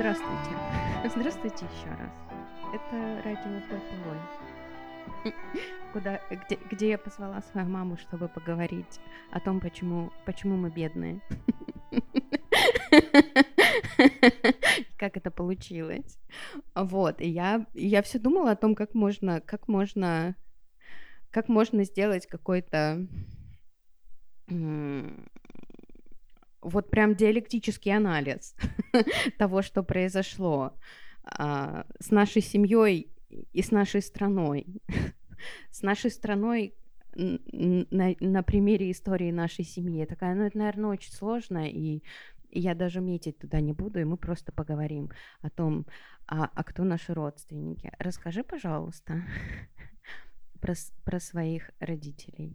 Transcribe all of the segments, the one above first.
Здравствуйте. Здравствуйте еще раз. Это радио Пой, где я позвала свою маму, чтобы поговорить о том, почему мы бедные. Как это получилось. Вот, и я все думала о том, как можно сделать какой-то вот прям диалектический анализ того, что произошло с нашей семьей и с нашей страной. С нашей страной на примере истории нашей семьи. Такая, это, наверное, очень сложно, и я даже метить туда не буду, и мы просто поговорим о том, кто наши родственники. Расскажи, пожалуйста, про своих родителей.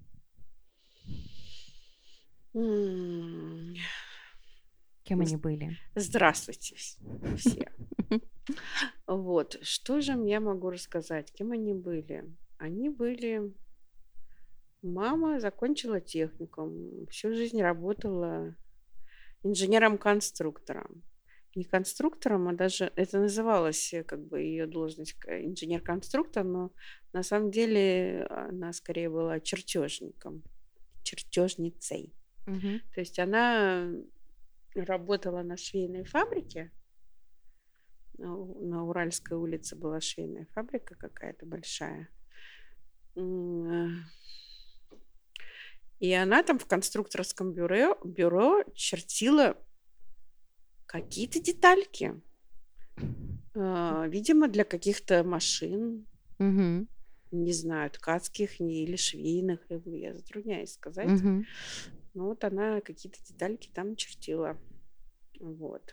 Кем они были? Здравствуйте все. Вот, что же я могу рассказать? Кем они были? Они были... Мама закончила техникум, всю жизнь работала инженером-конструктором. Не конструктором, а даже это называлось как бы ее должность инженер-конструктор, но на самом деле она скорее была чертежником, чертежницей. Угу. То есть она работала на швейной фабрике. На Уральской улице была швейная фабрика какая-то большая. И она там в конструкторском бюро чертила какие-то детальки. Видимо, для каких-то машин. Угу. Не знаю, ткацких или швейных. Я затрудняюсь сказать. Угу. Но вот она какие-то детальки там чертила. Вот.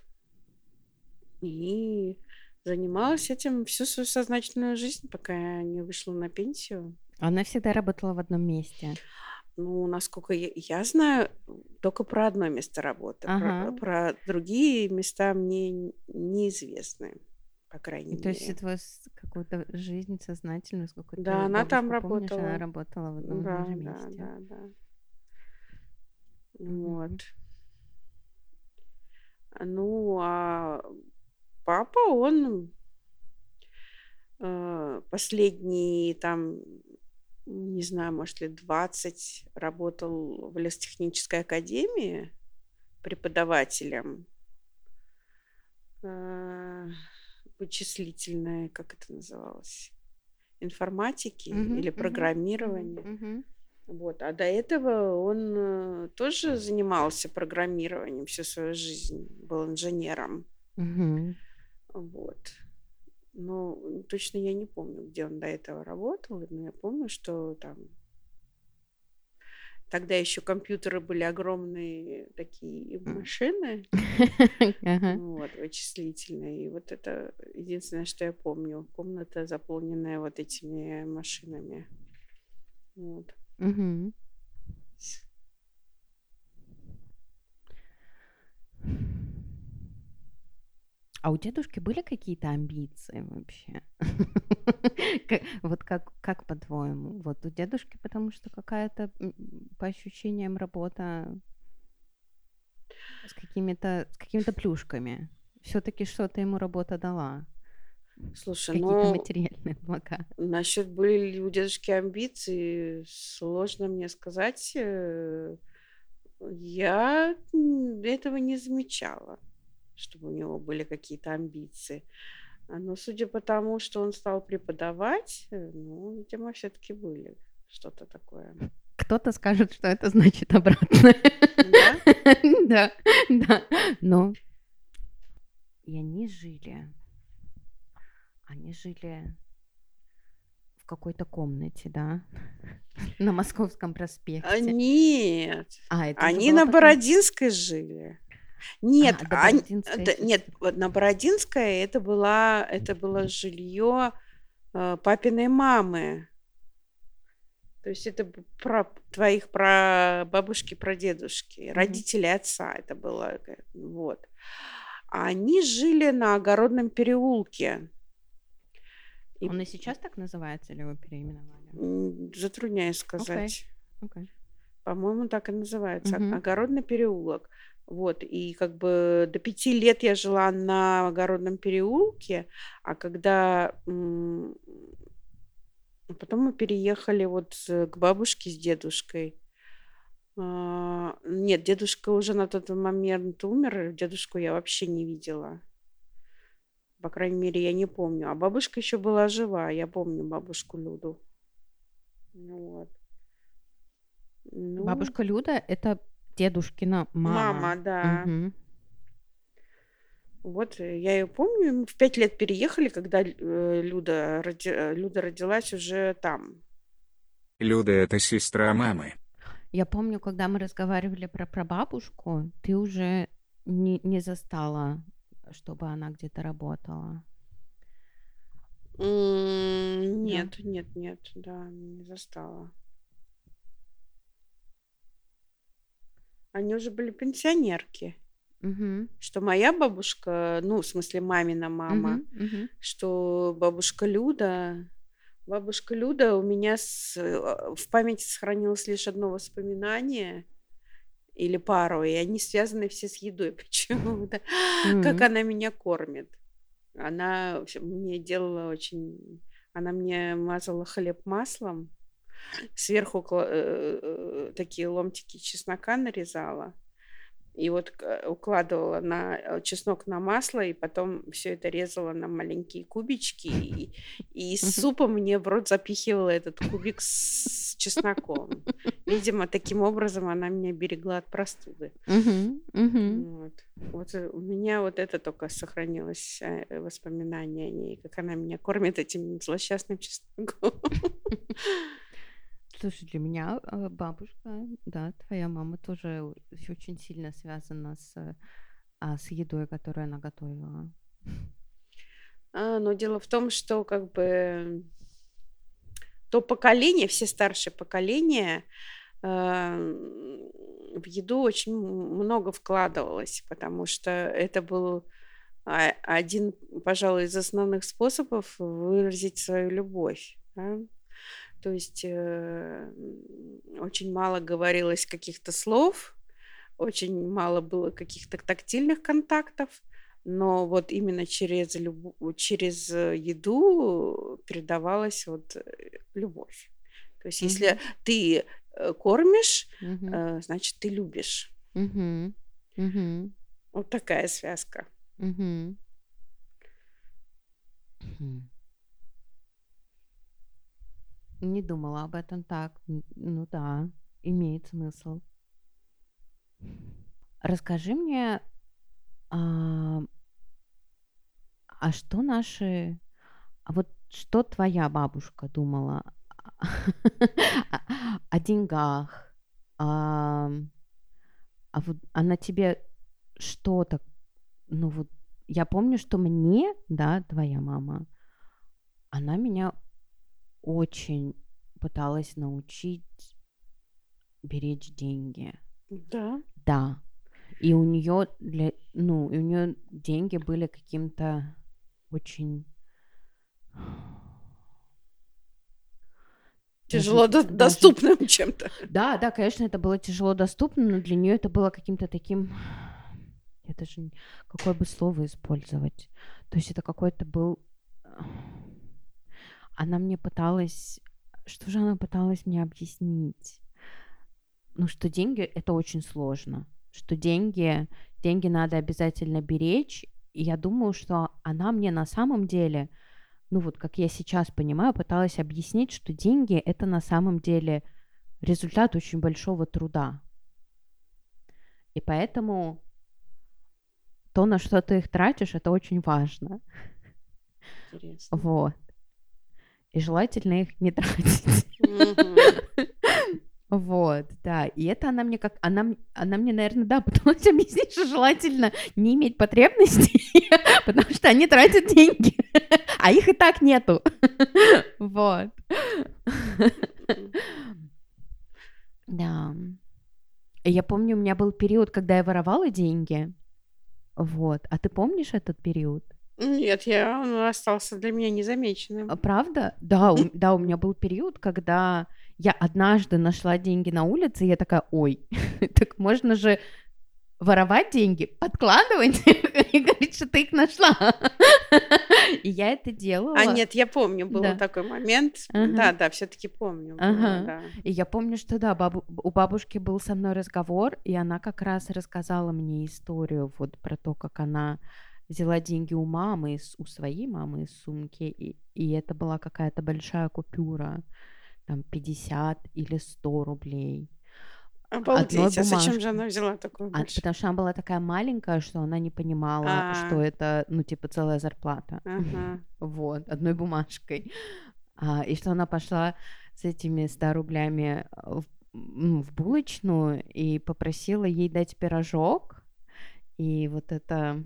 И занималась этим всю свою сознательную жизнь, пока не вышла на пенсию. Она всегда работала в одном месте. Ну, насколько я знаю, только про одно место работы. Ага. Про другие места мне неизвестны, по крайней То есть мере. это какую-то жизнь сознательную, сколько Да, ты она там бабушку помнишь, работала. она работала в одном и том же месте. Да. Вот. Ну, а папа, он последние там, не знаю, может, лет 20 работал в лесотехнической академии преподавателем. Вычислительной, как это называлось, информатики или программирования. Вот. А до этого он тоже занимался программированием всю свою жизнь, был инженером. Вот. Но точно я не помню, где он до этого работал, но я помню, что там тогда еще компьютеры были огромные такие машины, вот, вычислительные. И вот это единственное, что я помню. Комната, заполненная вот этими машинами. Вот. А у дедушки были какие-то амбиции вообще? Вот как по-твоему? Вот у дедушки, потому что какая-то, по ощущениям, работа с какими-то плюшками. Все-таки что-то ему работа дала. Слушай, Какие-то материальные блага. Насчет были ли у дедушки амбиции, сложно мне сказать. Я этого не замечала, чтобы у него были какие-то амбиции. Но судя по тому, что он стал преподавать, видимо, все-таки были что-то такое. Кто-то скажет, что это значит обратное. Да? Да. Но и они жили в какой-то комнате, да? На Московском проспекте. Нет. Это они на Бородинской жили. Нет, нет, вот на Бородинской это было жилье папиной мамы. То есть это про твоих прабабушки, прадедушки, родители отца это было. Вот. А они жили на Огородном переулке. Он и сейчас так называется, или его переименовали? Затрудняюсь сказать. Okay. По-моему, так и называется. Огородный переулок. Вот, и как бы до 5 лет я жила на Огородном переулке, а когда потом мы переехали вот к бабушке с дедушкой. Нет, дедушка уже на тот момент умер, дедушку я вообще не видела. По крайней мере, я не помню. А бабушка еще была жива, я помню бабушку Люду. Вот. Ну, Бабушка Люда — это дедушкина мама. мама, да. Мгм. Вот я ее помню. Мы в 5 лет переехали, когда Люда родилась уже там. Люда — это сестра мамы. Я помню, когда мы разговаривали про прабабушку, ты уже не застала, чтобы она где-то работала. Нет, да, не застала. Они уже были пенсионерки. Мгм. Что моя бабушка, ну, в смысле мамина мама, Мгм. Мгм. что бабушка Люда у меня в памяти сохранилось лишь одно воспоминание или пару, и они связаны все с едой почему-то. Как М. она меня кормит. Она мне делала очень... Она мне мазала хлеб маслом, сверху такие ломтики чеснока нарезала, и вот укладывала чеснок на масло, и потом все это резала на маленькие кубички, и с супом мне в рот запихивала этот кубик с чесноком. Видимо, таким образом она меня берегла от простуды. Мгм. Мгм. Вот у меня вот это только сохранилось воспоминание о ней, как она меня кормит этим злосчастным чесноком. Слушай, для меня бабушка, да, твоя мама тоже очень сильно связана с едой, которую она готовила. Но дело в том, что как бы то поколение, все старшие поколения, в еду очень много вкладывалось, потому что это был один, пожалуй, из основных способов выразить свою любовь. Да? То есть очень мало говорилось каких-то слов, очень мало было каких-то тактильных контактов, но вот именно через еду передавалась вот любовь. То есть если ты кормишь, Мгм. значит, ты любишь. Мгм. Мгм. Вот такая связка. Мгм. Мгм. Не думала об этом так. Ну да, имеет смысл. Расскажи мне, а, а что наши, а вот что твоя бабушка думала о о деньгах? Ам, А вот она тебе что-то, ну вот, я помню, что мне, да, твоя мама, она меня очень пыталась научить беречь деньги. Да. Да. И у нее и у нее деньги были каким-то очень Тяжело даже доступным чем-то. да, да, конечно, это было тяжело доступно, но для нее это было каким-то таким, я даже какое бы слово использовать. То есть это какой-то был, она мне пыталась, что же она пыталась мне объяснить? Ну, что деньги — это очень сложно, что деньги надо обязательно беречь. И я думаю, что она мне на самом деле, ну вот как я сейчас понимаю, пыталась объяснить, что деньги — это на самом деле результат очень большого труда. И поэтому то, на что ты их тратишь, это очень важно. Интересно. Вот. И желательно их не тратить. Мгм. Вот, да. И это она мне она мне, наверное, да, пыталась объяснить, что желательно не иметь потребностей, потому что они тратят деньги, а их и так нету. Вот. Да. И я помню, у меня был период, когда я воровала деньги. Вот. А ты помнишь этот период? Нет, он остался для меня незамеченным. Правда? Да, у меня был период, когда я однажды нашла деньги на улице, и я такая: "Ой, так можно же воровать деньги, подкладывать и говорить, что ты их нашла. И я это делала. А нет, я помню, был Да. такой момент. Ага. Да, все-таки помню. Ага. Было, да. И я помню, что да, у бабушки был со мной разговор, и она как раз рассказала мне историю вот про то, как она взяла деньги у мамы, у своей мамы из сумки, и это была какая-то большая купюра, там 50 или 100 рублей. Одной Обалдеть, а зачем же бумажки. она взяла такую большую? Потому что она была такая маленькая, что она не понимала, что это, ну, типа, целая зарплата. Ага. Вот, одной бумажкой. И что она пошла с этими 100 рублями в булочную и попросила ей дать пирожок. И вот эта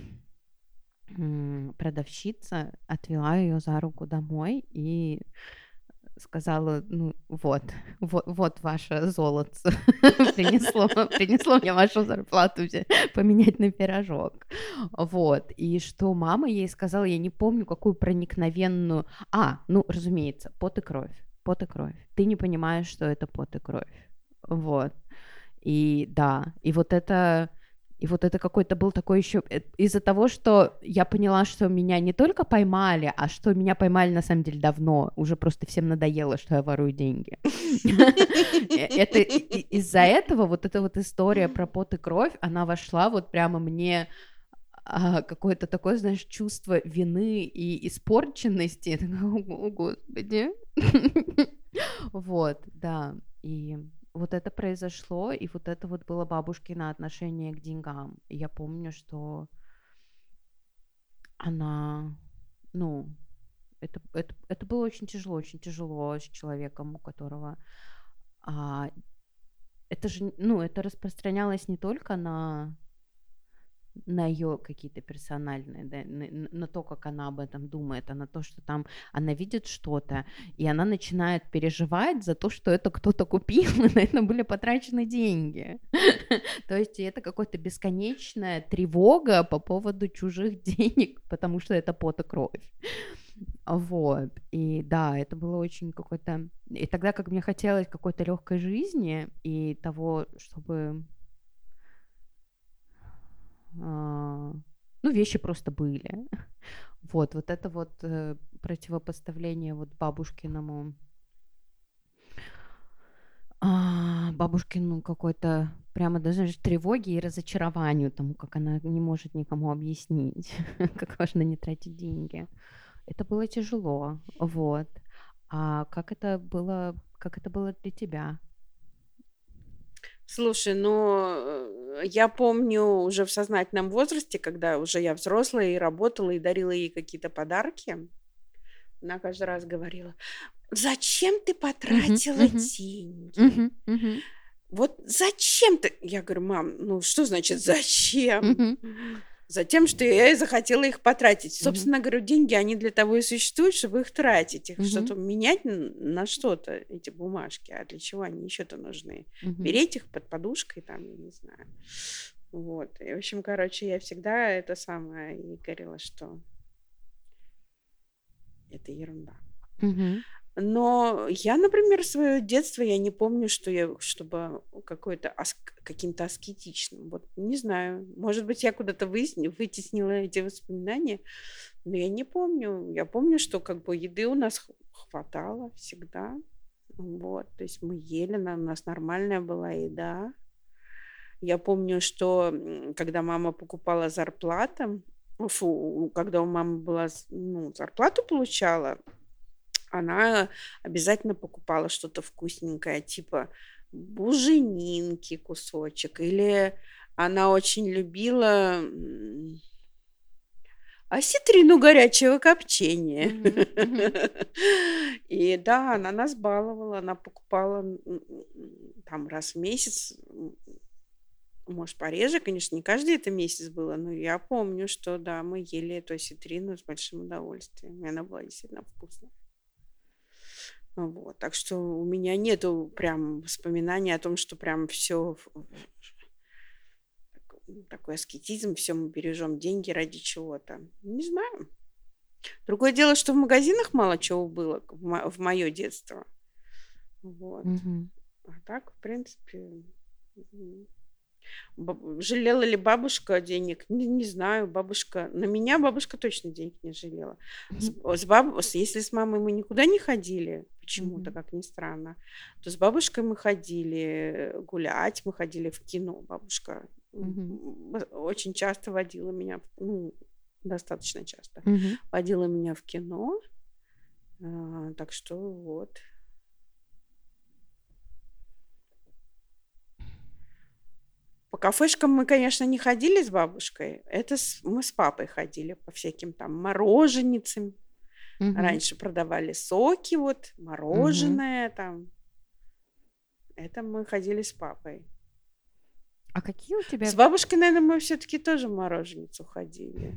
продавщица отвела ее за руку домой и сказала, ну, вот ваше золото принесло мне вашу зарплату поменять на пирожок. Вот. И что мама ей сказала, я не помню, какую проникновенную... ну, разумеется, пот и кровь. Пот и кровь. Ты не понимаешь, что это пот и кровь. Вот. И да, и вот это какой-то был такой еще из-за того, что я поняла, что меня не только поймали, а что меня поймали на самом деле давно. Уже просто всем надоело, что я ворую деньги. Это из-за этого вот эта вот история про пот и кровь, она вошла вот прямо мне какое-то такое, знаешь, чувство вины и испорченности. Я такая, о, Господи. Вот, да, и вот это произошло, и вот это вот было бабушкино отношение к деньгам. И я помню, что она, ну, это было очень тяжело с человеком, у которого... это же, ну, это распространялось не только на ее какие-то персональные, да, на то, как она об этом думает, а на то, что там она видит что-то, и она начинает переживать за то, что это кто-то купил, и на это были потрачены деньги. То есть это какая-то бесконечная тревога по поводу чужих денег, потому что это пот и кровь. Вот. И да, это было очень какой-то... И тогда, как мне хотелось какой-то легкой жизни и того, чтобы... ну, вещи просто были. Вот это вот противопоставление вот бабушкину какой-то прямо даже тревоге и разочарованию тому, как она не может никому объяснить, как важно не тратить деньги. Это было тяжело, вот. А как это было для тебя? Слушай, ну, я помню уже в сознательном возрасте, когда уже я взрослая и работала, и дарила ей какие-то подарки, она каждый раз говорила, зачем ты потратила деньги? Вот зачем ты? Я говорю, мам, ну что значит зачем? Затем, что я и захотела их потратить. Собственно, говорю, деньги, они для того и существуют, чтобы их тратить, их что-то менять на что-то, эти бумажки. А для чего они еще-то нужны? Береть их под подушкой, там, я не знаю. Вот. И, в общем, короче, я всегда это самое и говорила, что это ерунда. Но я, например, свое детство, я не помню, что я, чтобы каким-то аскетичным. Вот не знаю. Может быть, я куда-то вытеснила эти воспоминания, но я не помню. Я помню, что как бы еды у нас хватало всегда. Вот. То есть мы ели, у нас нормальная была еда. Я помню, что когда мама покупала когда у мамы была, зарплату получала, она обязательно покупала что-то вкусненькое, типа буженинки кусочек. Или она очень любила осетрину горячего копчения. И да, она нас баловала, она покупала там раз в месяц, может, пореже, конечно, не каждый это месяц было, но я помню, что да, мы ели эту осетрину с большим удовольствием, и она была действительно вкусная. Вот, так что у меня нету прям воспоминаний о том, что прям все такой аскетизм, все мы бережем деньги ради чего-то. Не знаю. Другое дело, что в магазинах мало чего было в мое детство. Вот. А так, в принципе, Жалела ли бабушка денег? Не знаю. На меня бабушка точно денег не жалела. Если с мамой мы никуда не ходили, почему-то, как ни странно, то с бабушкой мы ходили гулять, мы ходили в кино. Бабушка очень часто водила меня, достаточно часто, водила меня в кино. Так что вот. По кафешкам мы, конечно, не ходили с бабушкой. Мы с папой ходили по всяким там мороженицам. Раньше продавали соки, вот, мороженое там. Это мы ходили с папой. А какие у тебя... С бабушкой, наверное, мы все-таки тоже в мороженицу ходили.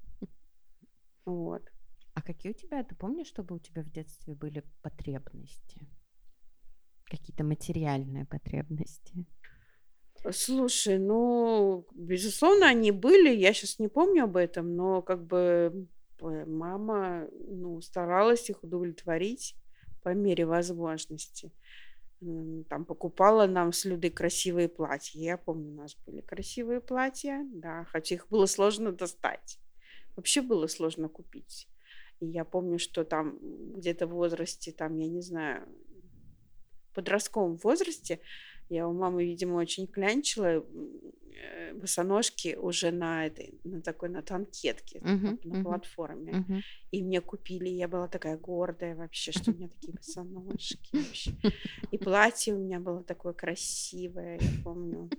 Вот. А какие у тебя, ты помнишь, чтобы у тебя в детстве были потребности? Какие-то материальные потребности? Слушай, безусловно, они были. Я сейчас не помню об этом, но как бы мама, старалась их удовлетворить по мере возможности. Там покупала нам с Людой красивые платья. Я помню, у нас были красивые платья, да, хотя их было сложно достать. Вообще было сложно купить. И я помню, что там где-то в возрасте, там, я не знаю, в подростковом возрасте я у мамы, видимо, очень клянчила босоножки уже на танкетке, на платформе. И мне купили, я была такая гордая вообще, что у меня такие босоножки вообще. И платье у меня было такое красивое, я помню.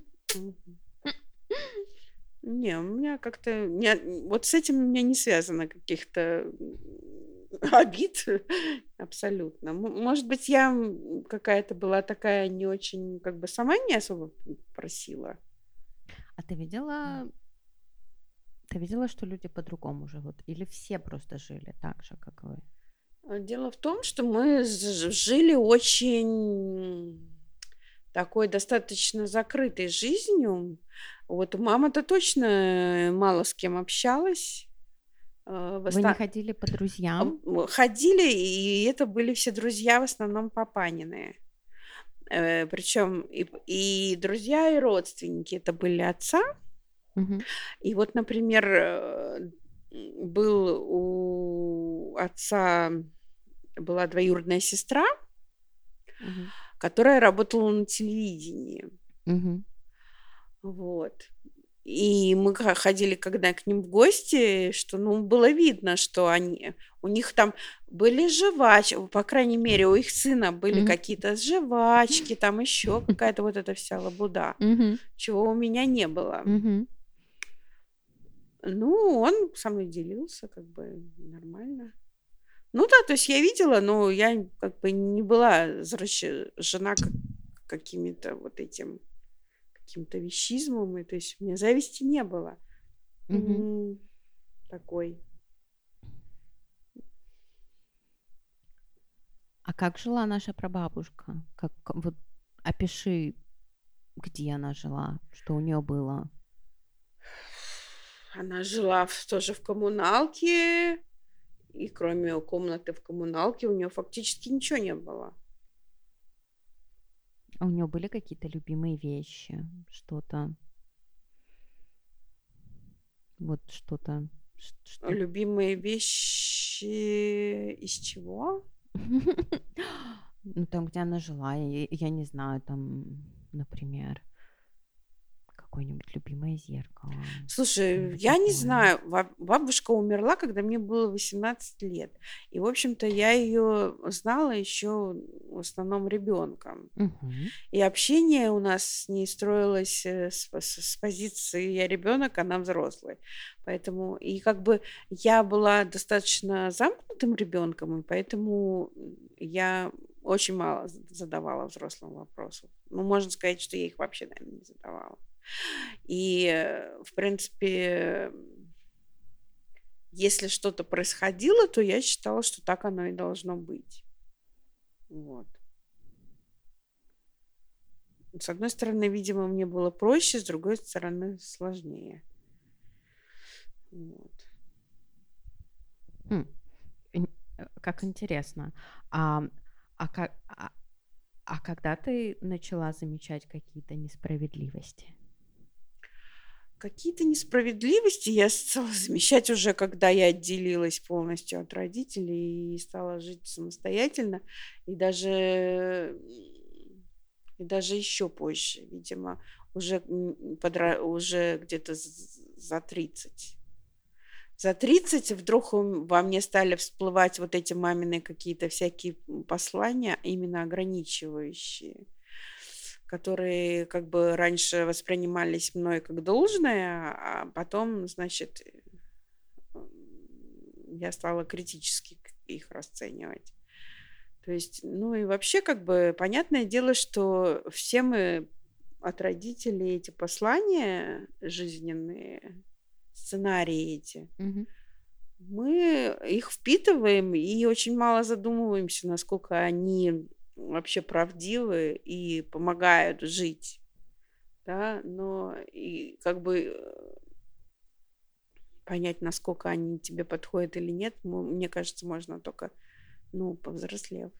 Не, у меня как-то... Вот с этим у меня не связано каких-то обид абсолютно. Может быть, я какая-то была такая не очень, как бы сама не особо просила. А ты видела, что люди по-другому живут? Или все просто жили так же, как вы? Дело в том, что мы жили очень такой достаточно закрытой жизнью. Вот мама-то точно мало с кем общалась. Вы не ходили по друзьям? Ходили, и это были все друзья, в основном папанины. Причем и друзья, и родственники. Это были отца. И вот, например, был у отца была двоюродная сестра, которая работала на телевидении. Вот. И мы ходили, когда к ним в гости, что, было видно, что у них там были жвачки, по крайней мере, у их сына были какие-то жвачки, там еще какая-то вот эта вся лабуда, чего у меня не было. Он со мной делился, как бы нормально. Да, то есть я видела, но я как бы не была заражена какими-то вот этим каким-то вещизмом, и то есть у меня зависти не было такой. А как жила наша прабабушка? Вот опиши, где она жила, что у нее было. Она жила тоже в коммуналке, и кроме комнаты в коммуналке у нее фактически ничего не было. А у нее были какие-то любимые вещи, что-то? Вот что-то. Любимые вещи из чего? Там, где она жила, я не знаю, там, например, какое-нибудь любимое зеркало. Слушай, я не знаю. Бабушка умерла, когда мне было 18 лет. И, в общем-то, я ее знала еще в основном ребенком. И общение у нас с ней строилось с позиции я ребенок, она взрослый. Поэтому, и как бы я была достаточно замкнутым ребенком, и поэтому я очень мало задавала взрослым вопросов. Можно сказать, что я их вообще, наверное, не задавала. И, в принципе, если что-то происходило, то я считала, что так оно и должно быть. Вот. С одной стороны, видимо, мне было проще, с другой стороны, сложнее. Вот. Как интересно. А когда ты начала замечать какие-то несправедливости? какие-то несправедливости я стала замечать уже, когда я отделилась полностью от родителей и стала жить самостоятельно, и даже еще позже, видимо, уже, уже где-то за 30. За 30 вдруг во мне стали всплывать вот эти мамины какие-то всякие послания, именно ограничивающие, которые как бы раньше воспринимались мной как должное, а потом, значит, я стала критически их расценивать. То есть, ну и вообще, как бы, понятное дело, что все мы от родителей эти послания жизненные, сценарии эти, мы их впитываем и очень мало задумываемся, насколько они вообще правдивы и помогают жить, да, но и как бы понять, насколько они тебе подходят или нет, мне кажется, можно только, ну, повзрослев.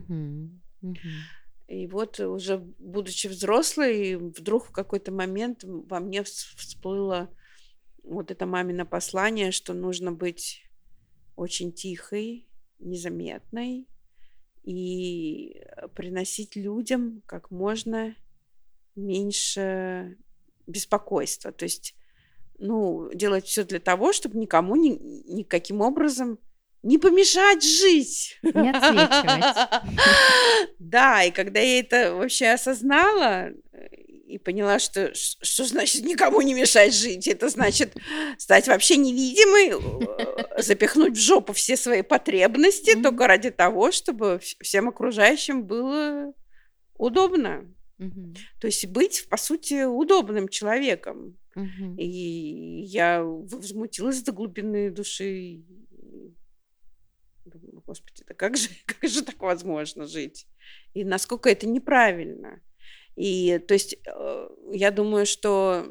И вот уже будучи взрослой, вдруг в какой-то момент во мне всплыло вот это мамино послание, что нужно быть очень тихой, незаметной и приносить людям как можно меньше беспокойства. То есть, ну, делать все для того, чтобы никому никаким образом не помешать жить. Не отсвечивать. Да, и когда я это вообще осознала и поняла, что значит никому не мешать жить, это значит стать вообще невидимой, запихнуть в жопу все свои потребности только ради того, чтобы всем окружающим было удобно. То есть быть, по сути, удобным человеком. И я возмутилась до глубины души. Думаю, Господи, да как же так возможно жить? И насколько это неправильно? И то есть я думаю, что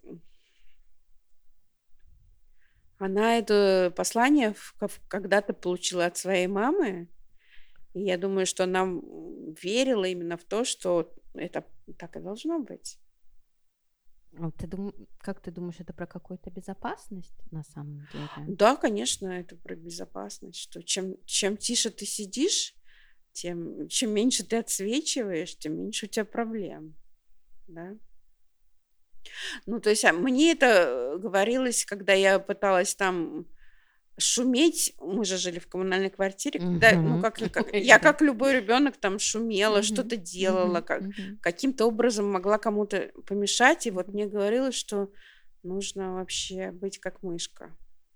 она это послание когда-то получила от своей мамы. И я думаю, что она верила именно в то, что это так и должно быть. Как ты думаешь, это про какую-то безопасность на самом деле? Да, конечно, это про безопасность, что чем тише ты сидишь, чем меньше ты отсвечиваешь, тем меньше у тебя проблем, да. Ну, то есть мне это говорилось, когда я пыталась там шуметь. Мы же жили в коммунальной квартире, когда, ну, я как любой ребенок там шумела, что-то делала, каким-то образом могла кому-то помешать, и вот мне говорилось, что нужно вообще быть как мышка.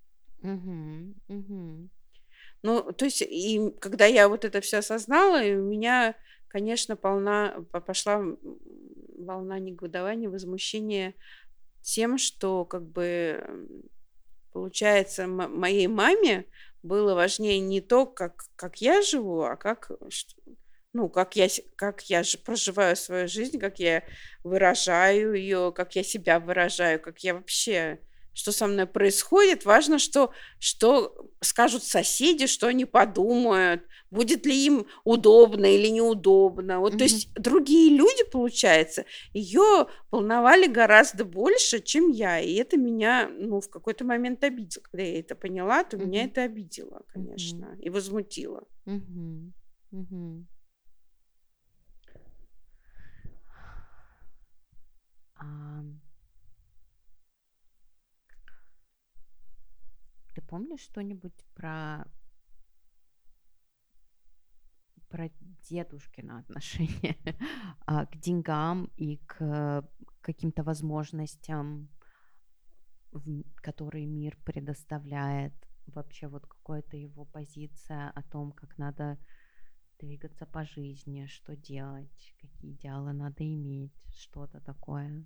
Ну, то есть, и когда я вот это все осознала, и у меня, конечно, пошла волна негодования, возмущения тем, что как бы получается моей маме было важнее не то, как я живу, а как я проживаю свою жизнь, как я выражаю ее, как я себя выражаю, как я вообще, что со мной происходит. Важно, что скажут соседи, что они подумают, будет ли им удобно или неудобно. Вот, то есть другие люди, получается, ее волновали гораздо больше, чем я. И это меня, ну, в какой-то момент обидело. Когда я это поняла, то меня это обидело, конечно, и возмутило. Ты помнишь что-нибудь про дедушкино отношение к деньгам и к каким-то возможностям, которые мир предоставляет? Вообще вот какая-то его позиция о том, как надо двигаться по жизни, что делать, какие идеалы надо иметь, что-то такое.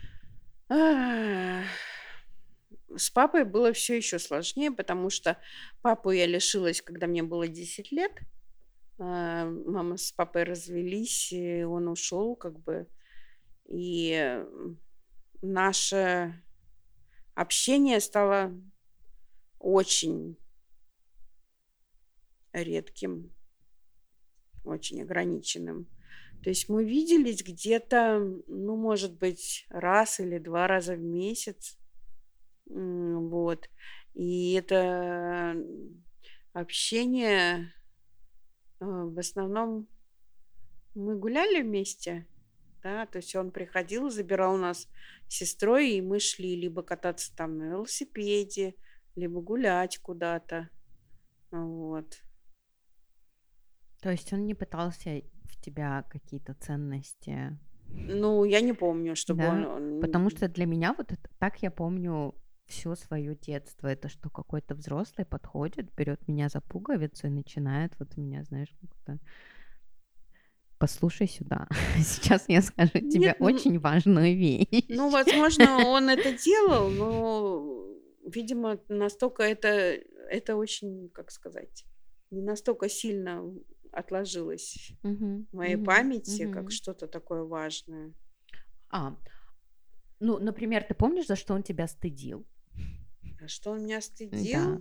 С папой было все еще сложнее, потому что папу я лишилась, когда мне было 10 лет. Мама с папой развелись, и он ушел, как бы. И наше общение стало очень редким, очень ограниченным. То есть мы виделись где-то, ну, может быть, раз или 2 раза в месяц. Вот. И это общение, в основном мы гуляли вместе, да, то есть он приходил, забирал нас с сестрой, и мы шли либо кататься там на велосипеде, либо гулять куда-то. Вот. То есть он не пытался в тебя какие-то ценности, Ну, я не помню, чтобы да? Потому он что для меня вот это, так я помню все свое детство. Это что какой-то взрослый подходит, берет меня за пуговицу и начинает вот меня, знаешь, как-то послушай сюда. Сейчас я скажу тебе Нет, очень важную вещь. ну, возможно, он это делал, но, видимо, настолько это очень, как сказать, не настолько сильно отложилось Мгм, в моей мгм, памяти, как мгм. что-то такое важное. А, ну, например, ты помнишь, за что он тебя стыдил? А что он меня Да. стыдил?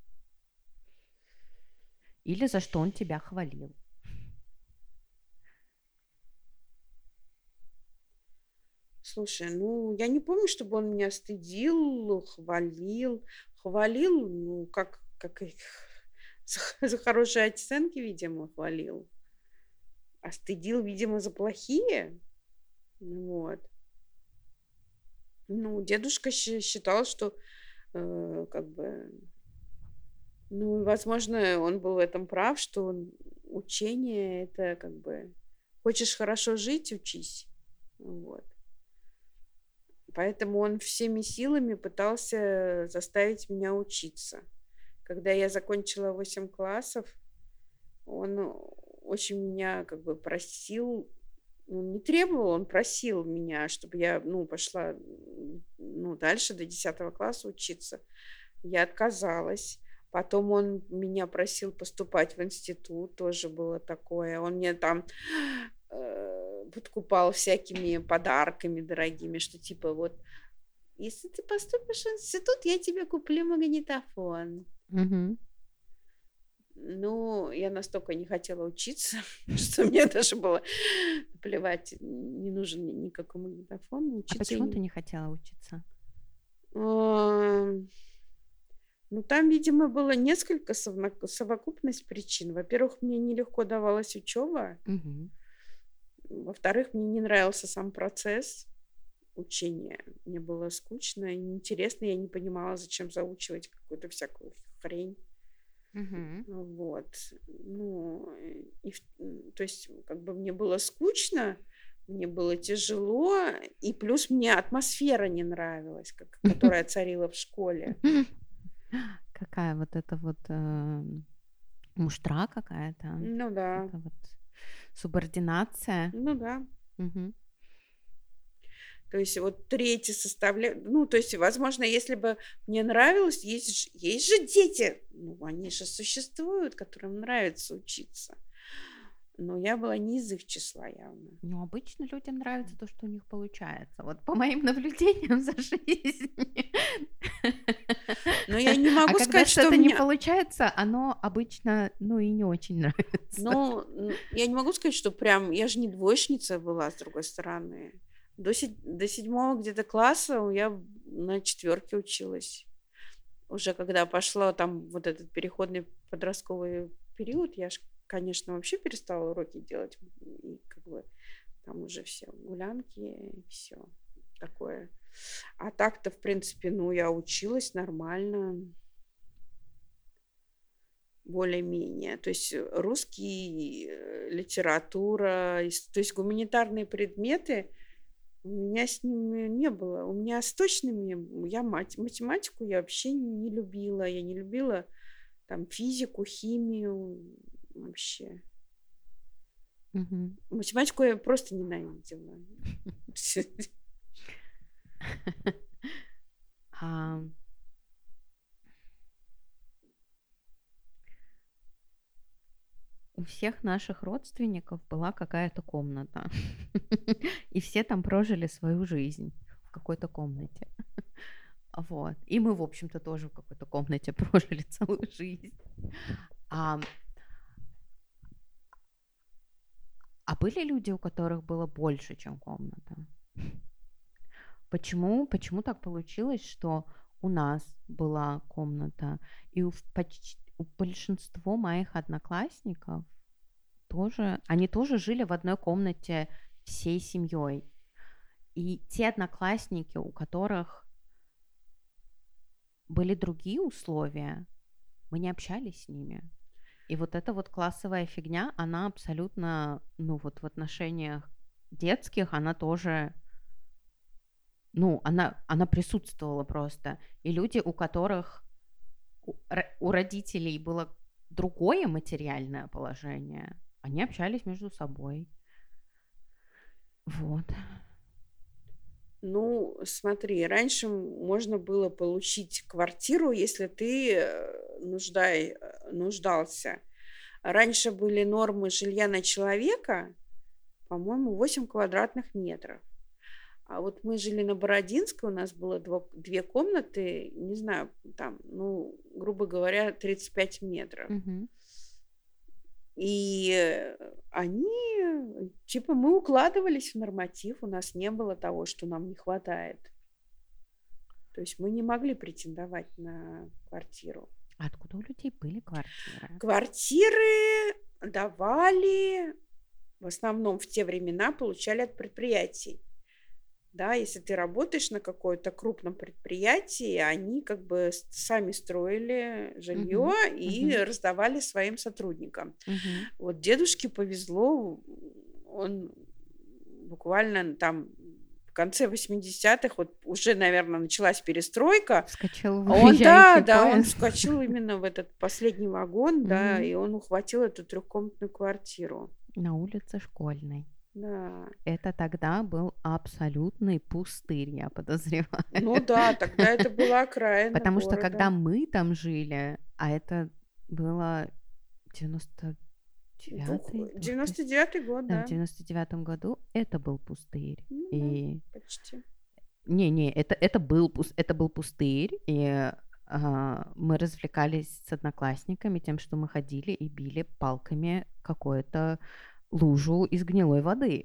Или за что он тебя хвалил? Слушай, ну, я не помню, чтобы он меня стыдил, хвалил. Хвалил, ну, как их за хорошие оценки, видимо, хвалил. А стыдил, видимо, за плохие. Вот. Ну, дедушка считал, что как бы, ну, возможно, он был в этом прав, что учение это как бы хочешь хорошо жить, учись. Вот. Поэтому он всеми силами пытался заставить меня учиться. Когда я закончила 8 классов, он очень меня как бы просил, ну, не требовал, он просил меня, чтобы я, ну, пошла, ну, дальше до 10 класса учиться. Я отказалась. Потом он меня просил поступать в институт, тоже было такое. Он мне там подкупал всякими подарками дорогими, что типа вот, если ты поступишь в институт, я тебе куплю магнитофон. Мгм. Ну, я настолько не хотела учиться, что мне даже было плевать, не нужен мне никакой магнитофон. А Учиться я почему не... ты не хотела учиться? Ам, Ну, там, видимо, было несколько совокупность причин. Во-первых, мне нелегко давалась учеба. Мгм. Во-вторых, мне не нравился сам процесс учения. Мне было скучно и неинтересно. Я не понимала, зачем заучивать какую-то всякую хрень. Мгм. Вот. Ну, то есть, как бы мне было скучно, мне было тяжело, и плюс мне атмосфера не нравилась, которая царила в школе. Какая вот эта вот муштра какая-то, Ну да, это вот субординация. ну да. Мгм. То есть вот третья составляющая, ну, то есть, возможно, если бы мне нравилось, есть же дети, ну, они же существуют, которым нравится учиться. Но я была не из их числа явно. Ну, обычно людям нравится то, что у них получается. Вот по моим наблюдениям за жизнь. Но я не А могу когда сказать, что у что-то не меня... получается, оно обычно, ну, и не очень нравится. Ну, я не могу сказать, что прям... Я же не двоечница была, с другой стороны. До 7 где-то класса я на 4 училась. Уже когда пошла там вот этот переходный подростковый период, я ж, конечно, вообще перестала уроки делать. И как бы там уже все гулянки, все такое. А так-то, в принципе, ну, я училась нормально, более-менее. То есть русский, литература, то есть гуманитарные предметы у меня с ними не было. У меня с точными, я математику я вообще не любила. Я не любила там физику, химию вообще. Мгм. Математику я просто ненавидела. А, у всех наших родственников была какая-то комната, и все там прожили свою жизнь в какой-то комнате. Вот. И мы, в общем-то, тоже в какой-то комнате прожили целую жизнь. А, А были люди, у которых было больше, чем комната? Почему так получилось, что у нас была комната, и у большинства моих одноклассников тоже, они тоже жили в одной комнате всей семьей. И те одноклассники, у которых были другие условия, мы не общались с ними. И вот эта вот классовая фигня, она абсолютно, ну вот в отношениях детских, она тоже, ну, она присутствовала просто. И люди, у которых у родителей было другое материальное положение, они общались между собой. Вот. Ну, смотри, раньше можно было получить квартиру, если ты нуждался. Раньше были нормы жилья на человека, по-моему, 8 квадратных метров. А вот мы жили на Бородинской, у нас было две комнаты, не знаю, там, ну, грубо говоря, 35 метров. Угу. И они, типа, мы укладывались в норматив, у нас не было того, что нам не хватает. То есть мы не могли претендовать на квартиру. А откуда у людей были квартиры? Квартиры давали, в основном в те времена, получали от предприятий. Да, если ты работаешь на каком-то крупном предприятии, они как бы сами строили жилье и раздавали своим сотрудникам. Вот дедушке повезло, он буквально там в конце 80-х, вот уже, наверное, началась перестройка. Вскочил в он поезд. вскочил именно в этот последний вагон, да, и он ухватил эту трехкомнатную квартиру. На улице Школьной. Да. Это тогда был абсолютный пустырь, я подозреваю. Ну да, тогда это была окраина Потому города. что когда мы там жили, а это было 99-й год, да. В 99-м году это был пустырь. Ну, и... да, почти. Не, это был пустырь, и мы развлекались с одноклассниками тем, что мы ходили и били палками какое-то лужу из гнилой воды.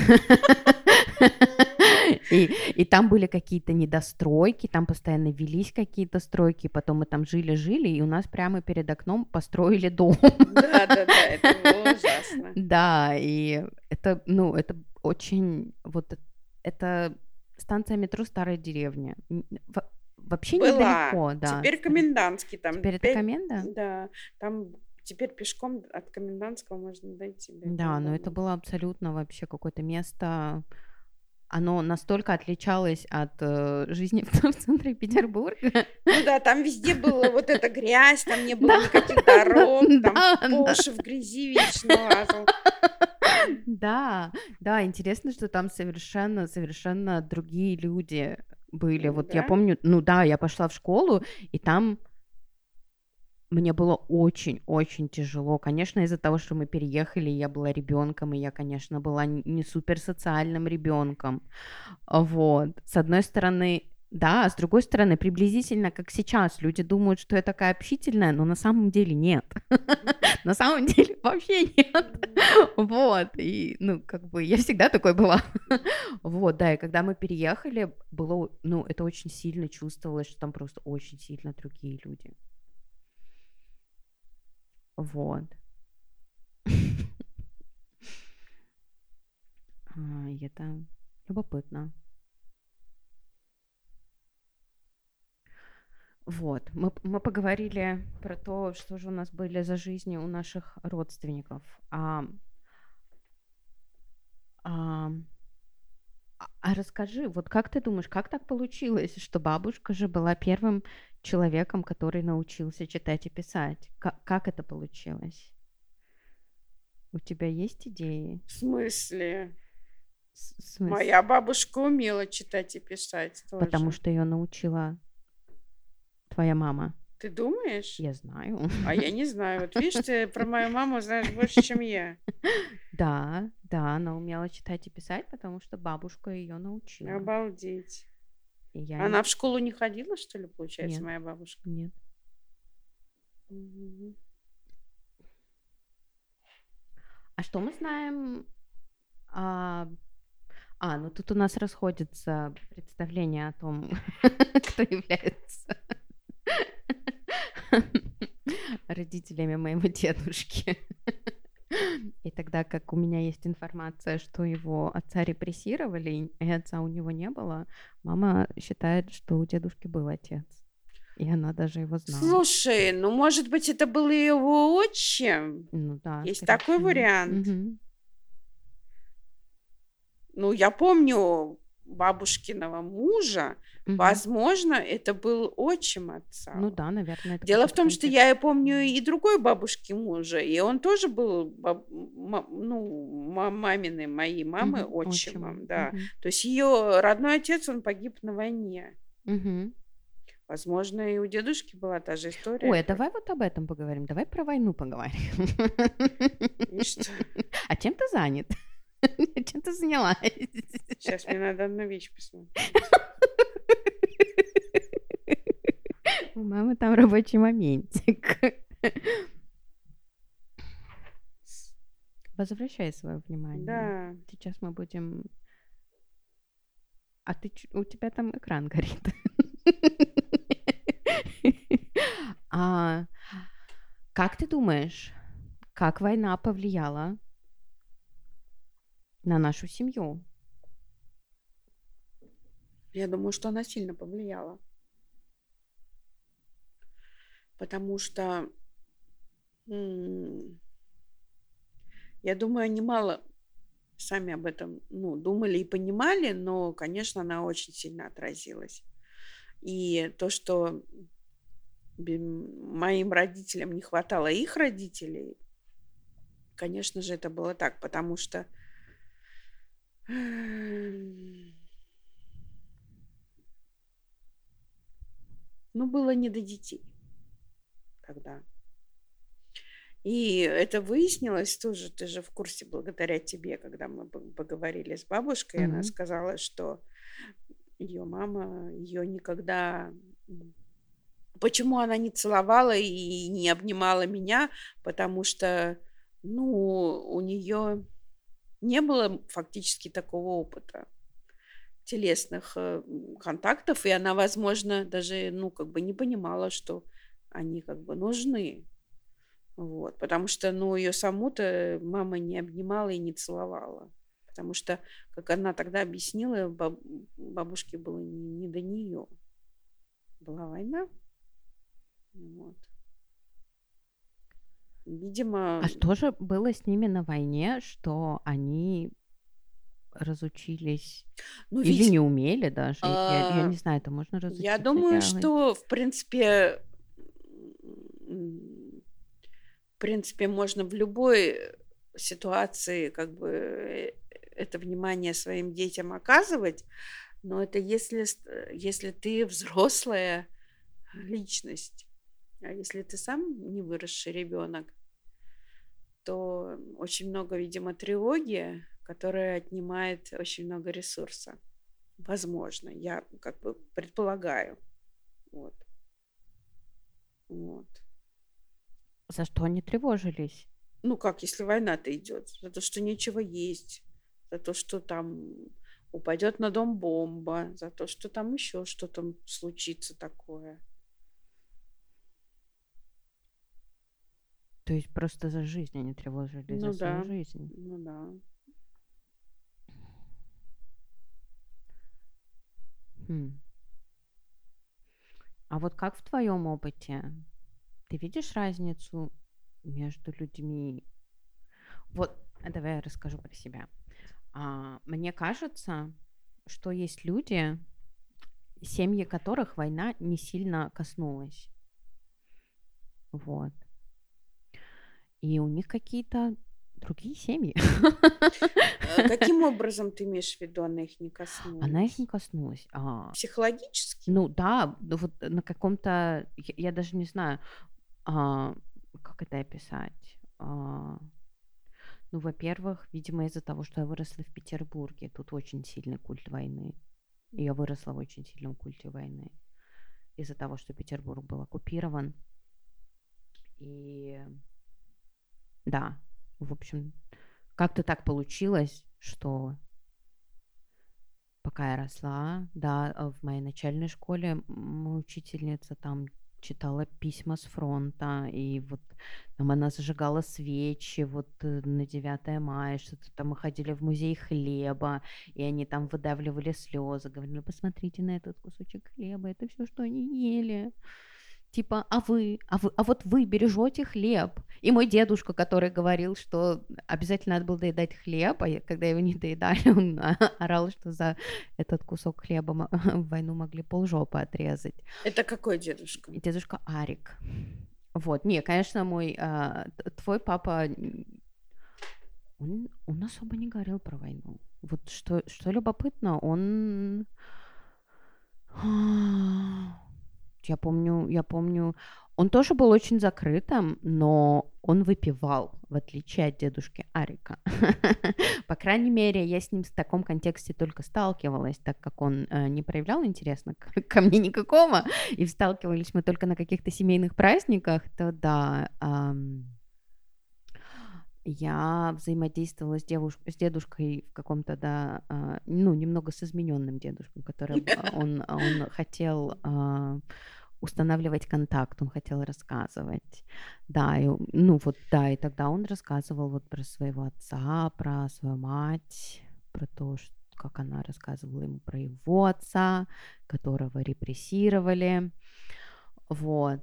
И там были какие-то недостройки, там постоянно велись какие-то стройки, потом мы там жили, и у нас прямо перед окном построили дом. Да, это было ужасно. Да, и это, ну, это очень, вот это станция метро Старая деревня. Вообще недалеко, да. Теперь Комендантский там. Теперь это Коменда? Да, там теперь пешком от Комендантского можно дойти. Да, но это было абсолютно вообще какое-то место, оно настолько отличалось от жизни в центре Петербурга. Ну да, там везде была вот эта грязь, там не было никаких дорог, там по уши в грязи вечно лазал. Да, интересно, что там совершенно другие люди были. Вот я помню, ну да, я пошла в школу, и там мне было очень-очень тяжело. Конечно, из-за того, что мы переехали, я была ребенком, и я, конечно, была не суперсоциальным ребенком. Вот. С одной стороны, да, а с другой стороны, приблизительно как сейчас. Люди думают, что я такая общительная, но на самом деле нет. На самом деле вообще нет. Вот. И, ну, как бы я всегда такой была. Вот, да, и когда мы переехали, было, ну, это очень сильно чувствовалось, что там просто очень сильно другие люди. Вот. И это любопытно. Вот, мы поговорили про то, что же у нас были за жизни у наших родственников. А расскажи, вот как ты думаешь, как так получилось, что бабушка же была первым человеком, который научился читать и писать? Как это получилось? У тебя есть идеи? В смысле? Моя бабушка умела читать и писать тоже. Потому что ее научила твоя мама. Ты думаешь? Я знаю. А я не знаю. Вот видишь, ты про мою маму знаешь больше, чем я. Да, она умела читать и писать, потому что бабушка ее научила. Обалдеть. Она в школу не ходила, что ли, получается, Нет. моя бабушка? Нет. А что мы знаем Ну тут у нас расходятся представления о том, кто является родителями моего дедушки. И тогда как у меня есть информация, что его отца репрессировали, и отца у него не было, мама считает, что у дедушки был отец. И она даже его знала. Слушай, ну, может быть, это был его отчим? Ну да. Есть скорее такой всего. вариант. Мгм. Ну, я помню бабушкиного мужа. Мгм. Возможно, это был отчим отца. Ну да, наверное, это Дело в какой-то том, что контекст. я и помню и другой бабушки мужа, и он тоже был маминой, моей мамы, Мгм. отчимом, да. Мгм. То есть ее родной отец, он погиб на войне. Мгм. Возможно, и у дедушки была та же история. Ой, а давай вот об этом поговорим. Давай про войну поговорим. И что? А чем ты занят? Чем ты занялась? Сейчас мне надо одну вещь посмотреть. У мамы там рабочий моментик. Возвращай свое внимание. Да. Сейчас мы будем... А у тебя там экран горит. Как ты думаешь, как война повлияла на нашу семью? Я думаю, что она сильно повлияла. Потому что, я думаю, они мало сами об этом думали и понимали, но, конечно, она очень сильно отразилась. И то, что моим родителям не хватало их родителей, конечно же, это было так, потому что было не до детей тогда. И это выяснилось тоже, ты же в курсе благодаря тебе, когда мы поговорили с бабушкой, она сказала, что ее мама ее никогда... Почему она не целовала и не обнимала меня? Потому что, у нее не было фактически такого опыта телесных контактов, и она, возможно, даже, не понимала, что они нужны. Вот, потому что, ее саму-то мама не обнимала и не целовала. Потому что, как она тогда объяснила, бабушке было не до нее. Была война. Вот. Видимо... А что же было с ними на войне, что они разучились или не умели даже? Я не знаю, это можно разучиться Я думаю, делать? что, в принципе, можно в любой ситуации это внимание своим детям оказывать, но это если ты взрослая личность. А если ты сам не выросший ребенок, то очень много, видимо, тревоги, которая отнимает очень много ресурса. Возможно, я предполагаю. Вот. За что они тревожились? Если война-то идет? За то, что нечего есть, за то, что там упадет на дом бомба, за то, что там еще что-то случится такое. То есть просто за жизнь они тревожились, за свою жизнь. Ну да. А вот как в твоем опыте? Ты видишь разницу между людьми? Вот, давай я расскажу про себя. Мне кажется, что есть люди, семьи которых война не сильно коснулась. Вот. И у них какие-то другие семьи. Каким образом ты имеешь в виду, она их не коснулась? Она их не коснулась. Психологически? Ну да, вот на каком-то, я даже не знаю, как это описать. Во-первых, видимо, из-за того, что я выросла в Петербурге, тут очень сильный культ войны. И я выросла в очень сильном культе войны. Из-за того, что Петербург был оккупирован. И да, в общем, как-то так получилось, что пока я росла, да, в моей начальной школе учительница там читала письма с фронта, и вот там она зажигала свечи вот на 9 мая, что-то там мы ходили в музей хлеба, и они там выдавливали слезы, говорили, посмотрите на этот кусочек хлеба, это все, что они ели. Типа, а вот вы бережете хлеб. И мой дедушка, который говорил, что обязательно надо было доедать хлеб, а когда его не доедали, он орал, что за этот кусок хлеба в войну могли полжопы отрезать. Это какой дедушка? Дедушка Арик. Вот, не, конечно, твой папа, он особо не говорил про войну. Вот что любопытно, он... Я помню, он тоже был очень закрытым, но он выпивал, в отличие от дедушки Арика. По крайней мере, я с ним в таком контексте только сталкивалась, так как он не проявлял интереса ко мне никакого, и сталкивались мы только на каких-то семейных праздниках, то да, я взаимодействовала с дедушкой в каком-то, да, немного с измененным дедушкой, который он хотел устанавливать контакт, он хотел рассказывать. Да, и тогда он рассказывал вот про своего отца, про свою мать, про то, как она рассказывала ему про его отца, которого репрессировали. Вот.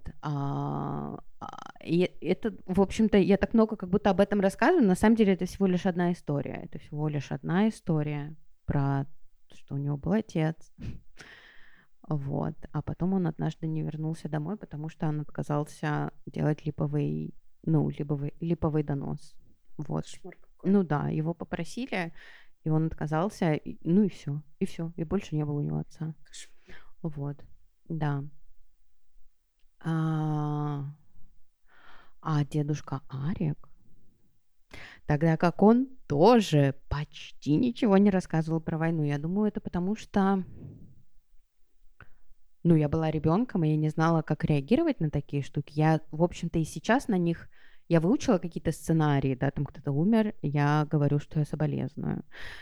И это, в общем-то, я так много как будто об этом рассказываю, на самом деле это всего лишь одна история. Это всего лишь одна история про то, что у него был отец. Вот. А потом он однажды не вернулся домой, потому что он отказался делать липовый донос. Вот. Ну да, его попросили, и он отказался, и все. И больше не было у него отца. Вот. Да. А дедушка Арик, тогда как он тоже почти ничего не рассказывал про войну. Я думаю, это потому что, я была ребенком, и я не знала, как реагировать на такие штуки. Я, в общем-то, и сейчас на них, я выучила какие-то сценарии, да, там кто-то умер, я говорю, что я соболезную.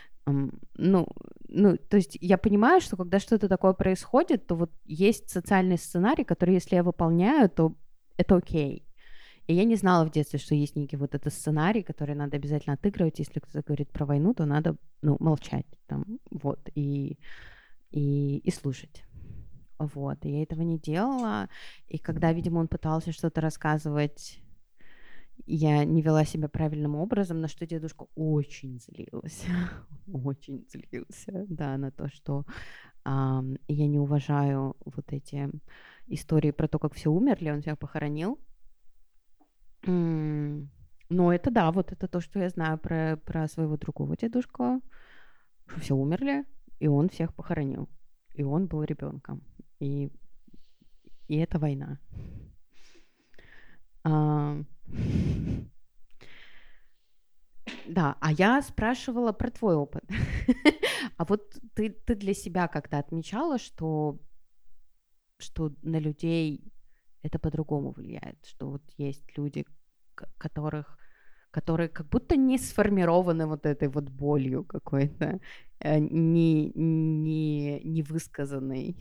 То есть я понимаю, что когда что-то такое происходит, то вот есть социальный сценарий, который, если я выполняю, то это окей. И я не знала в детстве, что есть некий вот этот сценарий, который надо обязательно отыгрывать. Если кто-то говорит про войну, то надо, молчать там, вот, и слушать. Вот, и я этого не делала. И когда, видимо, он пытался что-то рассказывать, я не вела себя правильным образом, на что дедушка очень злился. Очень злился, да, на то, что я не уважаю вот эти истории про то, как все умерли, он всех похоронил. Но это да, вот это то, что я знаю про своего другого дедушку, что все умерли, и он всех похоронил. И он был ребенком. И это война. Да, а я спрашивала про твой опыт. А вот ты для себя как-то отмечала, что на людей это по-другому влияет, что вот есть люди, которые как будто не сформированы вот этой вот болью какой-то, не высказанной.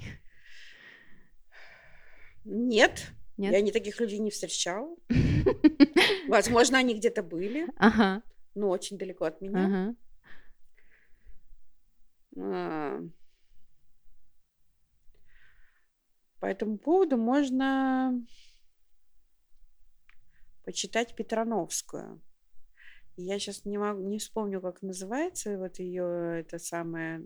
Нет, я таких людей не встречала. Возможно, они где-то были, но очень далеко от меня. По этому поводу можно почитать Петрановскую. Я сейчас не вспомню, как называется вот ее эта самая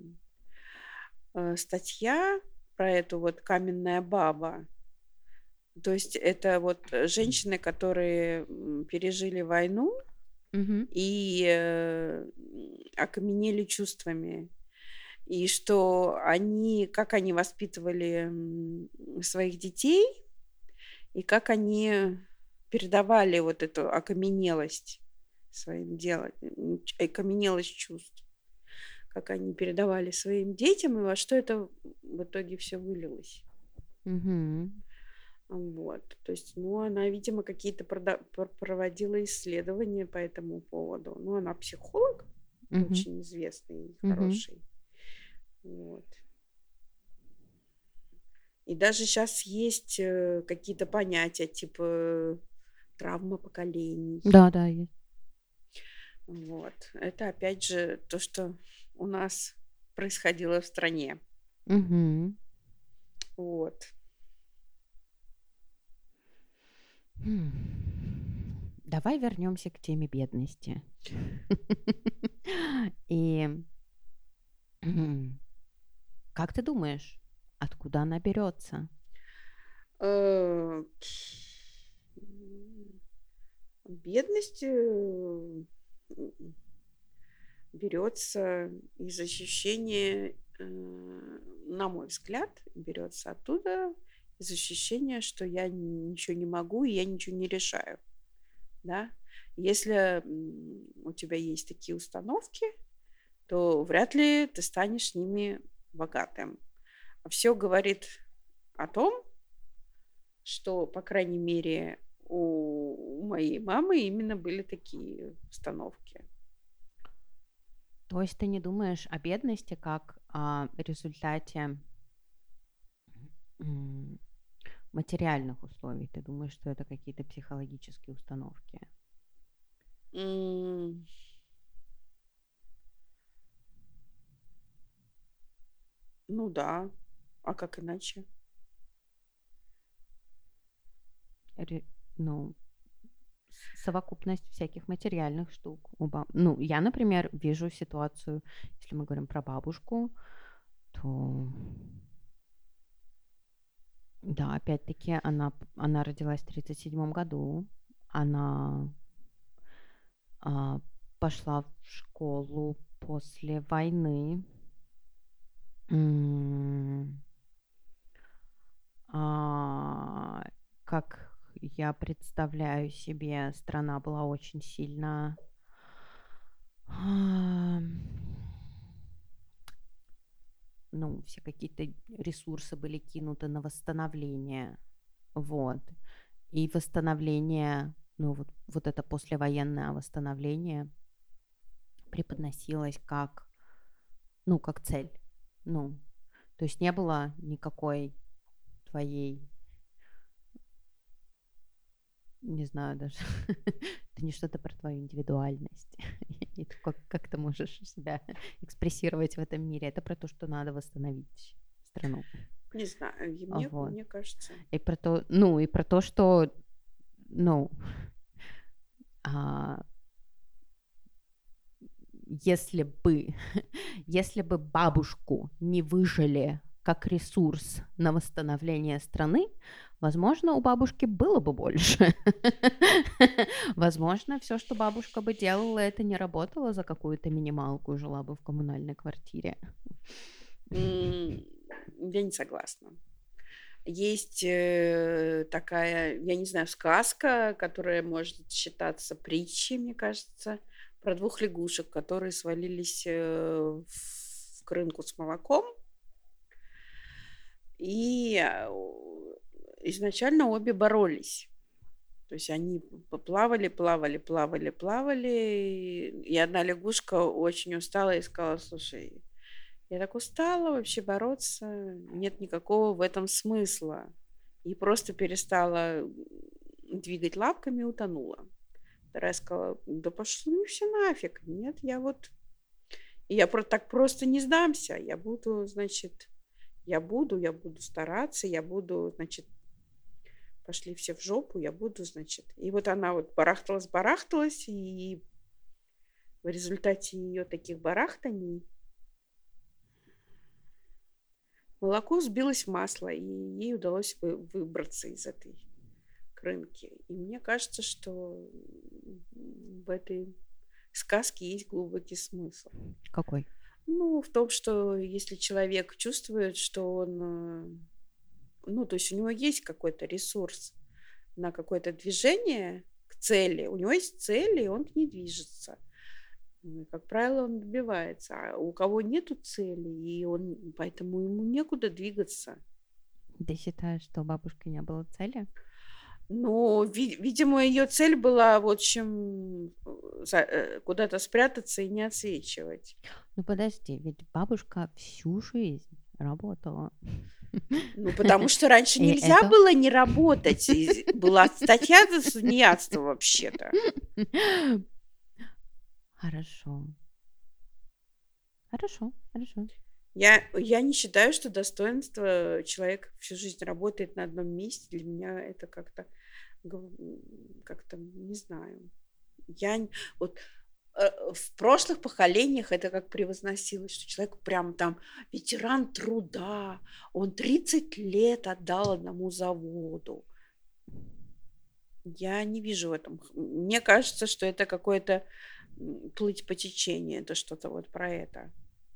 статья про эту вот каменная баба. То есть это вот женщины, которые пережили войну и окаменели чувствами. И что как они воспитывали своих детей, и как они передавали вот эту окаменелость своим делом, окаменелость чувств, как они передавали своим детям, и во что это в итоге все вылилось. Вот, то есть, она, видимо, какие-то проводила исследования по этому поводу. Она психолог. очень известный и хороший. Вот. И даже сейчас есть какие-то понятия, типа травма поколений. Да, есть. Вот. Это опять же то, что у нас происходило в стране. Вот. Давай вернемся к теме бедности. И как ты думаешь, откуда она берется? Бедность берется из ощущения, на мой взгляд, берется оттуда, из ощущения, что я ничего не могу и я ничего не решаю. Да? Если у тебя есть такие установки, то вряд ли ты станешь с ними богатым. А все говорит о том, что, по крайней мере, у моей мамы именно были такие установки. То есть ты не думаешь о бедности как о результате материальных условий? Ты думаешь, что это какие-то психологические установки? Ну да, а как иначе? Совокупность всяких материальных штук. Ну, я, например, вижу ситуацию, если мы говорим про бабушку, то да, опять-таки она родилась в 1937 году, она пошла в школу после войны. Как я представляю себе, страна была очень сильно ну, все какие-то ресурсы были кинуты на восстановление. Вот. И восстановление, ну, вот это послевоенное восстановление преподносилось как, ну, как цель. Ну, то есть не было никакой твоей, не знаю даже, это не что-то про твою индивидуальность. И как ты можешь себя экспрессировать в этом мире. Это про то, что надо восстановить страну. Не знаю, мне кажется. И про то, ну, и про то, что, ну, если бы бабушку не выжили как ресурс на восстановление страны, возможно, у бабушки было бы больше. Возможно, все, что бабушка бы делала, это не работало за какую-то минималку, жила бы в коммунальной квартире. Я не согласна. Есть такая, я не знаю, сказка, которая может считаться притчей, мне кажется, про 2 лягушек, которые свалились в крынку с молоком. И изначально обе боролись. То есть они плавали, и одна лягушка очень устала и сказала: слушай, я так устала вообще бороться, нет никакого в этом смысла. И просто перестала двигать лапками и утонула. Вторая сказала: да пошли все нафиг, нет, я так просто не сдамся, я буду стараться, пошли все в жопу, И вот она вот барахталась, и в результате ее таких барахтаний молоко сбилось в масло, и ей удалось выбраться из этой крынки. И мне кажется, что в этой сказке есть глубокий смысл. Какой? Ну, в том, что если человек чувствует, что он... Ну, то есть у него есть какой-то ресурс на какое-то движение к цели. У него есть цель, и он к ней движется. Как правило, он добивается. А у кого нету цели, поэтому ему некуда двигаться. Ты считаешь, что у бабушки не было цели? Ну, видимо, ее цель была, в общем, куда-то спрятаться и не отсвечивать. Ну подожди, ведь бабушка всю жизнь работала. Ну, потому что раньше И нельзя это... было не работать. Была статья за тунеядство вообще-то. Хорошо. Хорошо, хорошо. Я не считаю, что достоинство человека всю жизнь работает на одном месте. Для меня это как-то, не знаю. Вот в прошлых поколениях это как превозносилось, что человек прям там ветеран труда, он 30 лет отдал одному заводу. Я не вижу в этом. Мне кажется, что это какое-то плыть по течению, это что-то вот про это.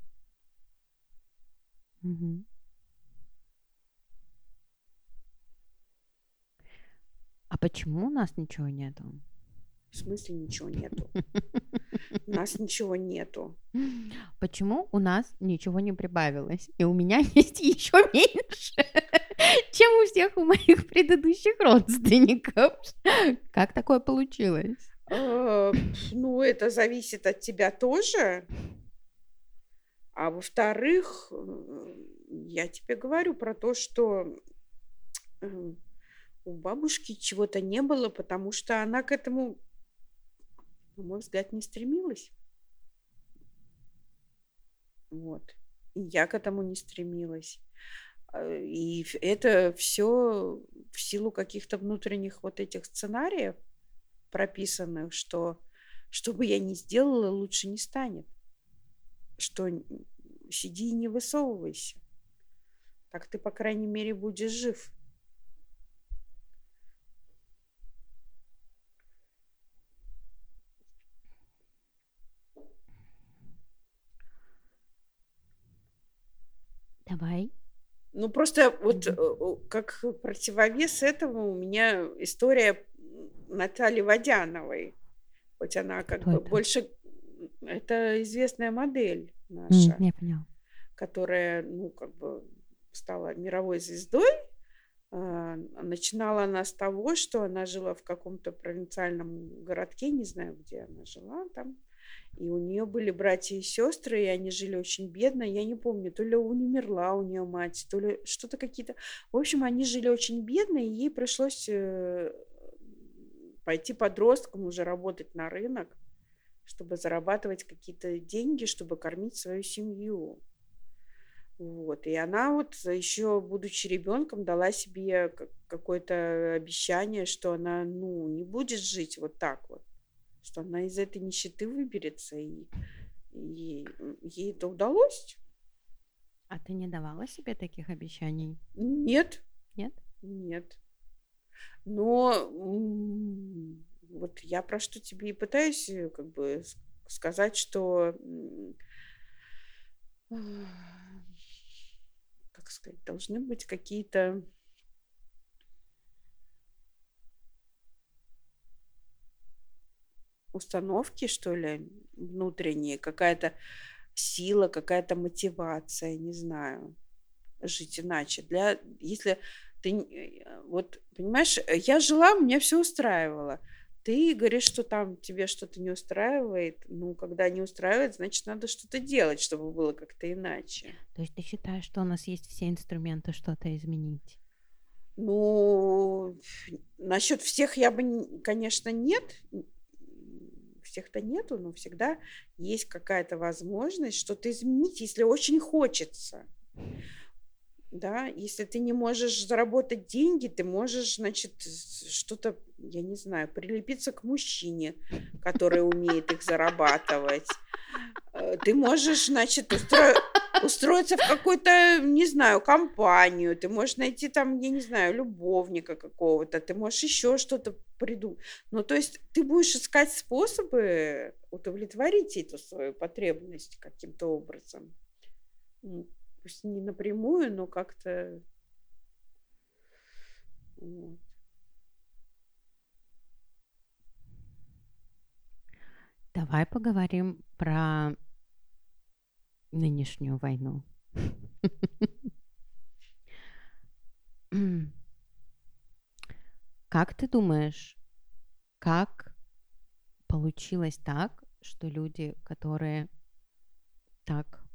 Угу. А почему у нас ничего нету? В смысле ничего нету? У нас ничего нету. Почему у нас ничего не прибавилось? И у меня есть еще меньше, чем у всех у моих предыдущих родственников. Как такое получилось? Ну, это зависит от тебя тоже. А во-вторых, я тебе говорю про то, что у бабушки чего-то не было, потому что она к этому, на мой взгляд, не стремилась. Вот. И я к этому не стремилась. И это все в силу каких-то внутренних вот этих сценариев прописанных, что бы я ни сделала, лучше не станет. Что сиди и не высовывайся. Так ты, по крайней мере, будешь жив. Давай. Ну, просто вот как противовес этому у меня история Натальи Водяновой. Хоть она как бы больше... Это известная модель наша, Я поняла. которая, ну, как бы стала мировой звездой. Начинала она с того, что она жила в каком-то провинциальном городке, не знаю, где она жила там. И у нее были братья и сестры, и они жили очень бедно. Я не помню, то ли умерла у нее мать, то ли что-то какие-то. В общем, они жили очень бедно, и ей пришлось пойти подростком уже работать на рынок, чтобы зарабатывать какие-то деньги, чтобы кормить свою семью. Вот. И она вот еще, будучи ребенком, дала себе какое-то обещание, что она, ну, не будет жить вот так вот, что она из этой нищеты выберется, и ей это удалось. А ты не давала себе таких обещаний? Нет. Нет? Нет. Но вот я про что тебе и пытаюсь как бы сказать, что как сказать, должны быть какие-то установки, что ли, внутренние, какая-то сила, какая-то мотивация, не знаю, жить иначе. Если ты, вот, понимаешь, я жила, меня все устраивало. Ты говоришь, что там тебе что-то не устраивает. Ну, когда не устраивает, значит, надо что-то делать, чтобы было как-то иначе. То есть ты считаешь, что у нас есть все инструменты что-то изменить? Ну, насчет всех я бы, конечно, нет. Всех-то нету, но всегда есть какая-то возможность что-то изменить, если очень хочется. Да, если ты не можешь заработать деньги, ты можешь, значит, что-то, я не знаю, прилепиться к мужчине, который умеет их зарабатывать. Ты можешь, значит, устроиться в какую-то, не знаю, компанию, ты можешь найти там, я не знаю, любовника какого-то, ты можешь еще что-то придумать. Ну, то есть ты будешь искать способы удовлетворить эту свою потребность каким-то образом. Пусть не напрямую, но как-то... Вот. Давай поговорим про нынешнюю войну. Как ты думаешь, как получилось так, что люди, которые так,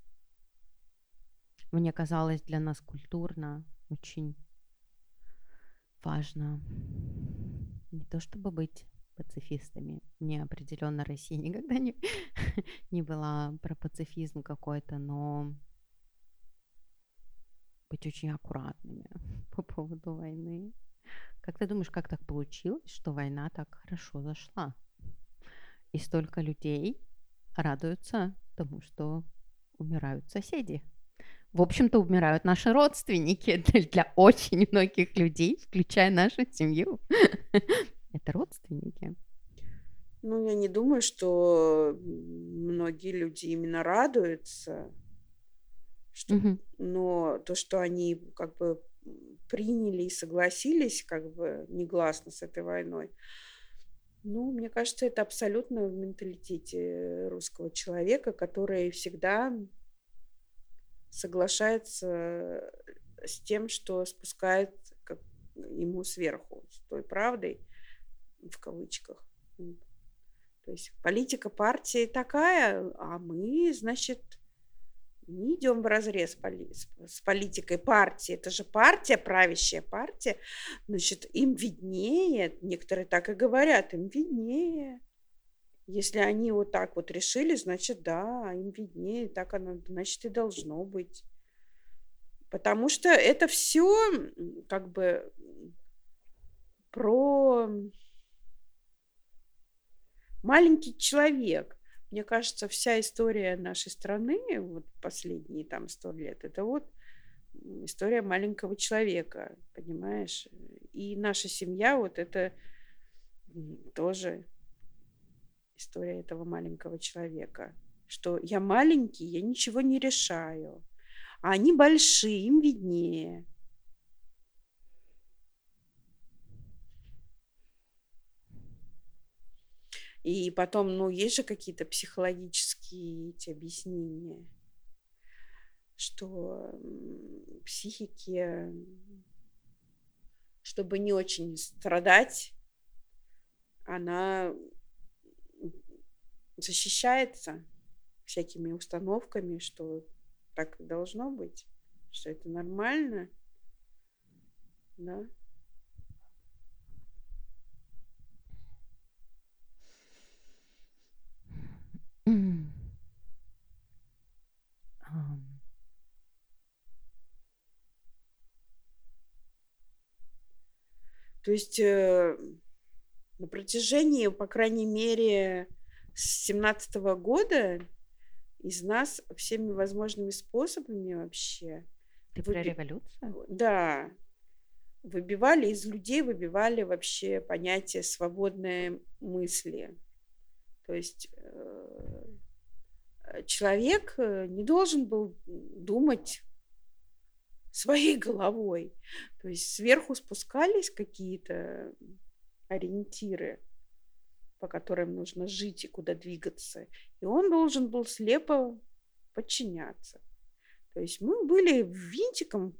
мне казалось, для нас культурно очень важно не то чтобы быть пацифистами. Мне определенно Россия никогда не была про пацифизм какой-то, но быть очень аккуратными по поводу войны. Как ты думаешь, как так получилось, что война так хорошо зашла? И столько людей радуются тому, что умирают соседи. В общем-то, умирают наши родственники для очень многих людей, включая нашу семью. Это родственники. Ну, я не думаю, что многие люди именно радуются, но то, что они как бы приняли и согласились как бы негласно с этой войной, ну, мне кажется, это абсолютно в менталитете русского человека, который всегда соглашается с тем, что спускает ему сверху, с той правдой, в кавычках. То есть политика партии такая, а мы, значит, не идем вразрез с политикой партии. Это же партия, правящая партия. Значит, им виднее, некоторые так и говорят, им виднее. Если они вот так вот решили, значит, да, им виднее, так оно, значит, и должно быть. Потому что это все как бы про маленький человек. Мне кажется, вся история нашей страны, вот последние там 100 лет, это вот история маленького человека, понимаешь? И наша семья, вот это тоже история этого маленького человека. Что я маленький, я ничего не решаю. А они большие, им виднее. И потом, ну, есть же какие-то психологические эти объяснения, что психике, чтобы не очень страдать, она защищается всякими установками, что так и должно быть, что это нормально, да. То есть на протяжении, по крайней мере, с 17-го года из нас всеми возможными способами вообще... Ты про революцию? Да. Выбивали из людей, выбивали вообще понятие свободной мысли. То есть человек не должен был думать своей головой. То есть сверху спускались какие-то ориентиры, по которым нужно жить и куда двигаться. И он должен был слепо подчиняться. То есть мы были винтиком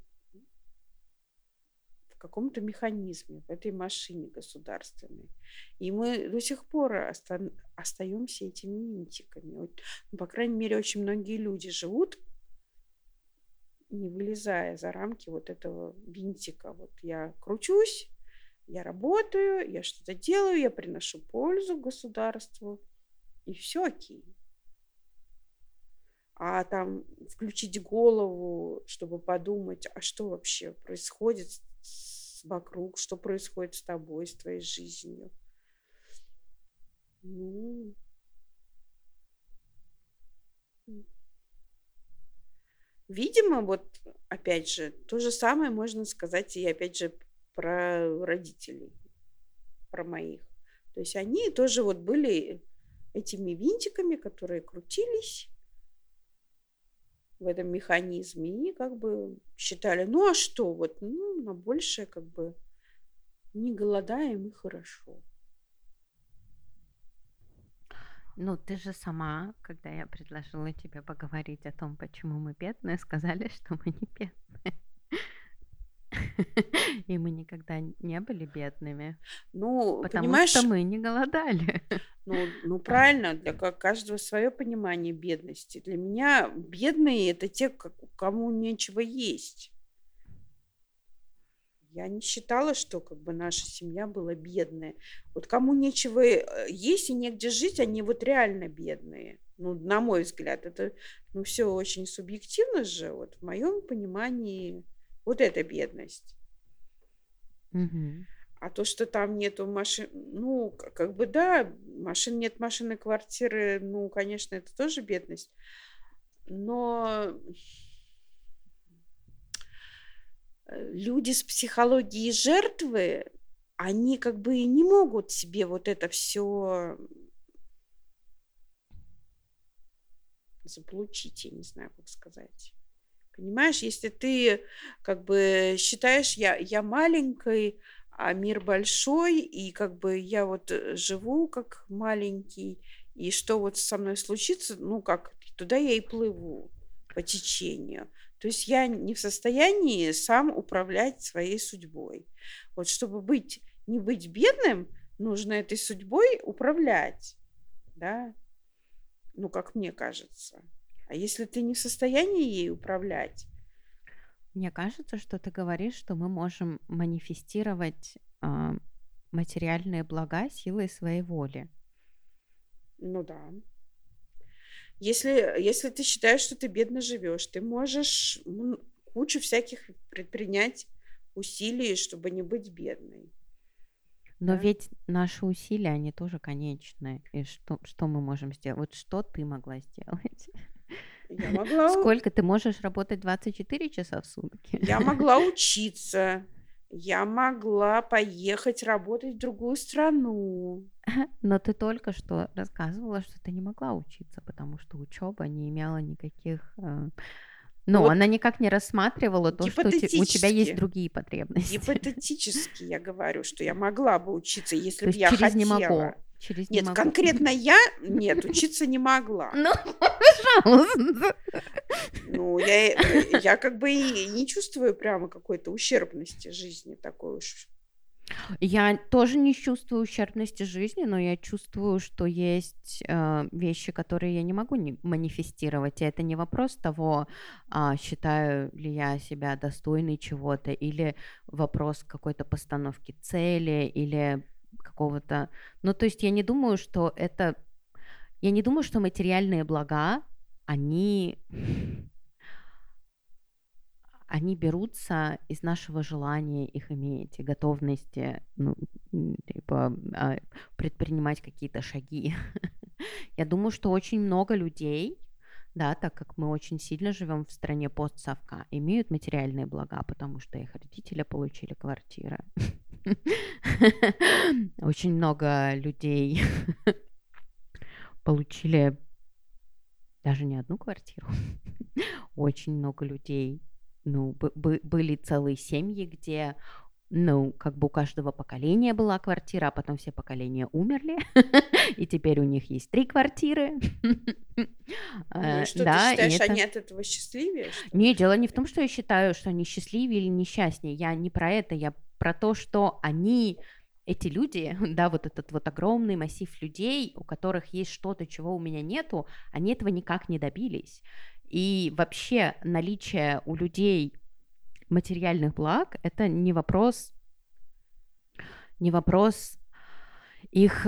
в каком-то механизме, в этой машине государственной. И мы до сих пор остаемся этими винтиками. Вот, ну, по крайней мере, очень многие люди живут, не вылезая за рамки вот этого винтика. Вот я кручусь, я работаю, я что-то делаю, я приношу пользу государству, и все окей. А там включить голову, чтобы подумать, а что вообще происходит вокруг, что происходит с тобой, с твоей жизнью. Ну, видимо, вот опять же, то же самое можно сказать и опять же про родителей, про моих. То есть они тоже вот были этими винтиками, которые крутились в этом механизме и как бы считали, ну а что, вот, ну, на большее как бы не голодаем и хорошо. Ну, ты же сама, когда я предложила тебе поговорить о том, почему мы бедные, сказали, что мы не бедные. И мы никогда не были бедными, Ну, потому понимаешь, что мы не голодали. ну правильно, для каждого свое понимание бедности. Для меня бедные – это те, кому нечего есть. Я не считала, что как бы наша семья была бедная. Вот кому нечего есть и негде жить, они вот реально бедные. Ну, на мой взгляд, это все очень субъективно же. Вот в моем понимании вот это бедность. Мгм. А то, что там нету машин, ну, как бы да, нет машины, квартиры, ну, конечно, это тоже бедность. Но люди с психологией жертвы, они как бы и не могут себе вот это все заполучить, я не знаю, как сказать. Понимаешь, если ты как бы считаешь, я маленький, а мир большой, и как бы я вот живу как маленький, и что вот со мной случится, ну как, туда я и плыву по течению. То есть я не в состоянии сам управлять своей судьбой. Вот чтобы не быть бедным, нужно этой судьбой управлять, да, ну как мне кажется. А если ты не в состоянии ей управлять? Мне кажется, что ты говоришь, что мы можем манифестировать материальные блага силой своей воли. Ну да. Если ты считаешь, что ты бедно живешь, ты можешь кучу всяких предпринять усилий, чтобы не быть бедной. Но Да? ведь наши усилия, они тоже конечны. И что мы можем сделать? Вот что ты могла сделать? Я могла, Сколько ты можешь работать 24 часа в сутки? я могла учиться, я могла поехать работать в другую страну. Но ты только что рассказывала, что ты не могла учиться, потому что учеба не имела никаких... Ну, Вот она никак не рассматривала то, что у тебя есть гипотетически. другие потребности. Гипотетически я говорю, что я могла бы учиться, То если бы есть я через не могу. хотела. Через не Нет, могу. конкретно я, нет, учиться не могла. Ну, пожалуйста. Ну, я как бы и не чувствую прямо какой-то ущербности жизни такой уж. Я тоже не чувствую ущербности жизни, но я чувствую, что есть вещи, которые я не могу манифестировать. И это не вопрос того, считаю ли я себя достойной чего-то, или вопрос какой-то постановки цели, или какого-то... Ну, то есть я не думаю, что это... Я не думаю, что материальные блага, они берутся из нашего желания их иметь и готовности, ну, типа, предпринимать какие-то шаги. Я думаю, что очень много людей, да, так как мы очень сильно живем в стране постсовка, имеют материальные блага, потому что их родители получили квартиры. Очень много людей получили даже не одну квартиру. Очень много людей, ну, были целые семьи, где, ну, как бы у каждого поколения была квартира, а потом все поколения умерли, и теперь у них есть 3 квартиры. Ну и что, ты Да, и считаешь, это... они от этого счастливее, что ли? Нет, дело не в том, что я считаю, что они счастливее или несчастнее. Я не про это, я про то, что эти люди, да, вот этот вот огромный массив людей, у которых есть что-то, чего у меня нету, они этого никак не добились. И вообще наличие у людей материальных благ – это не вопрос их...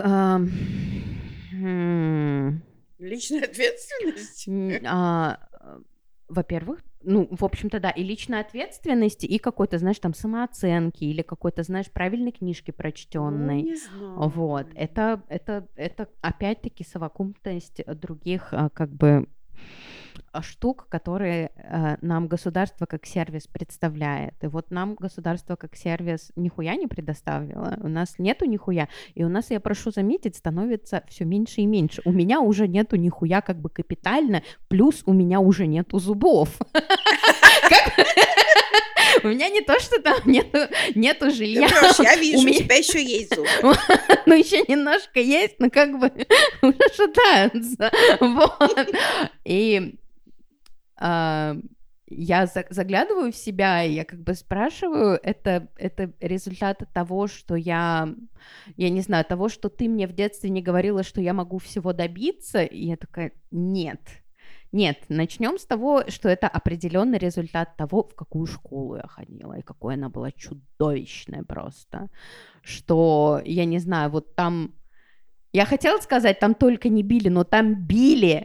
Личная ответственность? Во-первых, ну, в общем-то, да, и личной ответственности, и какой-то, знаешь, там, самооценки, или какой-то, знаешь, правильной книжки Ну, прочтенной. не знаю. Вот, это опять-таки совокупность других, как бы, штук, которые нам государство как сервис представляет. И вот нам государство как сервис нихуя не предоставило. У нас нету нихуя. И у нас, я прошу заметить, становится все меньше и меньше. У меня уже нету нихуя как бы капитально, плюс у меня уже нету зубов. У меня не то, что там нету жилья. Я вижу, у тебя еще есть зубы. Ну, еще немножко есть, но как бы уже шатаются. Вот. я заглядываю в себя, и я как бы спрашиваю, это результат того, что я не знаю, того, что ты мне в детстве не говорила, что я могу всего добиться, и я такая, нет, начнем с того, что это определенный результат того, в какую школу я ходила, и какой она была чудовищная просто, что, я не знаю, вот там, я хотела сказать, там только не били, но там били,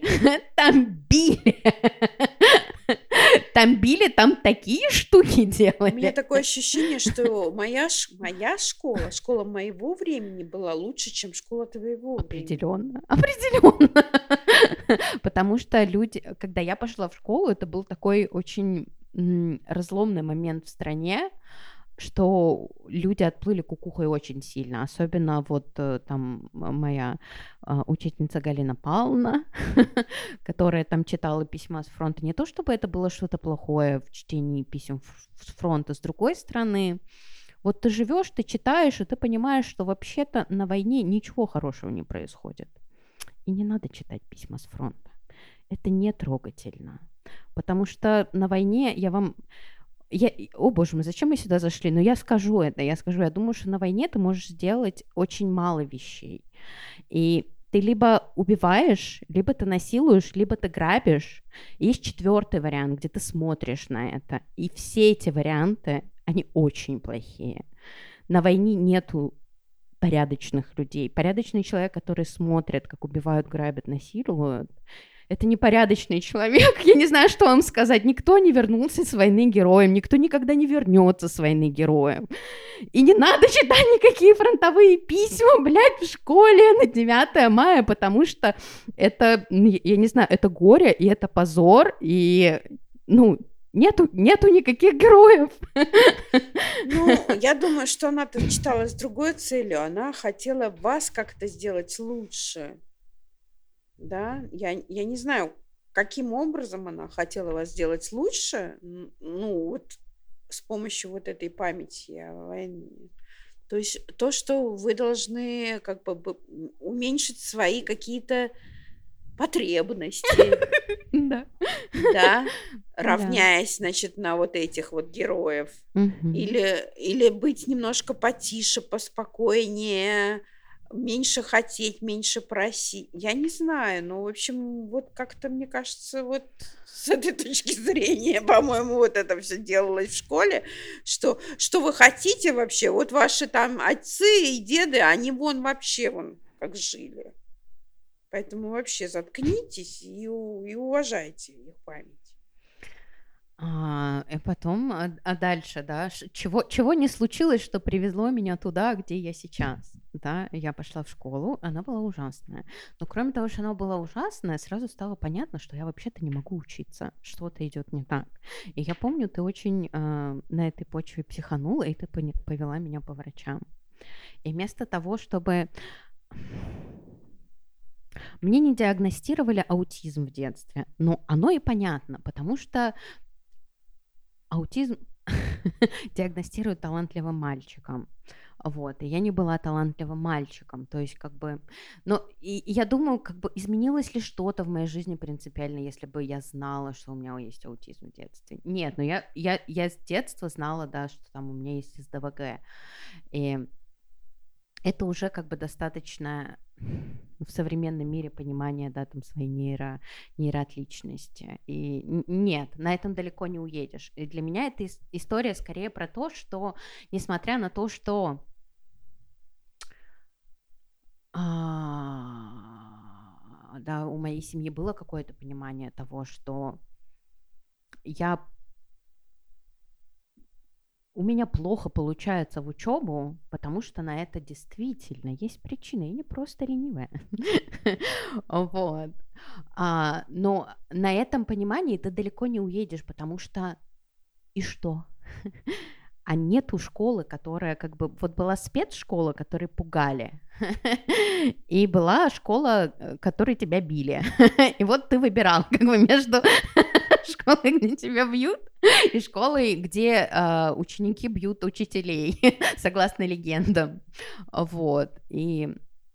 там били, там такие штуки делали. У меня такое ощущение, что моя школа моего времени была лучше, чем школа твоего времени. Определенно. Потому что люди, когда я пошла в школу, это был такой очень разломный момент в стране, что люди отплыли кукухой очень сильно, особенно вот там моя учительница Галина Павловна, которая там читала письма с фронта. Не то чтобы это было что-то плохое в чтении писем с фронта, с другой стороны, вот ты живешь, ты читаешь, и ты понимаешь, что вообще-то на войне ничего хорошего не происходит. И не надо читать письма с фронта. Это не трогательно, потому что на войне о боже мой, зачем мы сюда зашли? Но я скажу, я думаю, что на войне ты можешь сделать очень мало вещей. И ты либо убиваешь, либо ты насилуешь, либо ты грабишь. И есть четвертый вариант, где ты смотришь на это. И все эти варианты, они очень плохие. На войне нету порядочных людей. Порядочный человек, который смотрит, как убивают, грабят, насилуют, это непорядочный человек, я не знаю, что вам сказать. Никто не вернулся с войны героем, никто никогда не вернется с войны героем. И не надо читать никакие фронтовые письма, блядь, в школе на 9 мая, потому что это, я не знаю, это горе, и это позор, и, нету никаких героев. Я думаю, что она-то читала с другой целью. Она хотела вас как-то сделать лучше. Да, я не знаю, каким образом она хотела вас сделать лучше, вот с помощью вот этой памяти о войне. То есть то, что вы должны как бы уменьшить свои какие-то потребности, да, равняясь, значит, на вот этих вот героев, или быть немножко потише, поспокойнее, меньше хотеть, меньше просить. Я не знаю, но, в общем, вот как-то, мне кажется, вот с этой точки зрения, по-моему, вот это все делалось в школе, что вы хотите вообще, вот ваши там отцы и деды, они вообще как жили. Поэтому вообще заткнитесь и уважайте их память. И потом, дальше, да, чего не случилось, что привезло меня туда, где я сейчас, да, я пошла в школу, она была ужасная, но кроме того, что она была ужасная, сразу стало понятно, что я вообще-то не могу учиться, что-то идет не так, и я помню, ты очень на этой почве психанула, и ты повела меня по врачам, и вместо того, чтобы... Мне не диагностировали аутизм в детстве, но оно и понятно, потому что аутизм диагностируют талантливым мальчиком. Вот, и я не была талантливым мальчиком, то есть как бы, и я думаю, как бы изменилось ли что-то в моей жизни принципиально, если бы я знала, что у меня есть аутизм в детстве. Нет, но я с детства знала, да, что там у меня есть СДВГ, и это уже как бы достаточно в современном мире понимание, да, там своей нейроотличности. И нет, на этом далеко не уедешь. И для меня эта история скорее про то, что, несмотря на то, что да, у моей семьи было какое-то понимание того, что у меня плохо получается в учебу, потому что на это действительно есть причины, я не просто ленивая. Вот. Но на этом понимании ты далеко не уедешь, потому что и что? А нету школы, которая как бы... Вот была спецшкола, которые пугали, и была школа, которой тебя били. И вот ты выбирал как бы между школой, где тебя бьют, и школой, где ученики бьют учителей, согласно легендам. Вот. И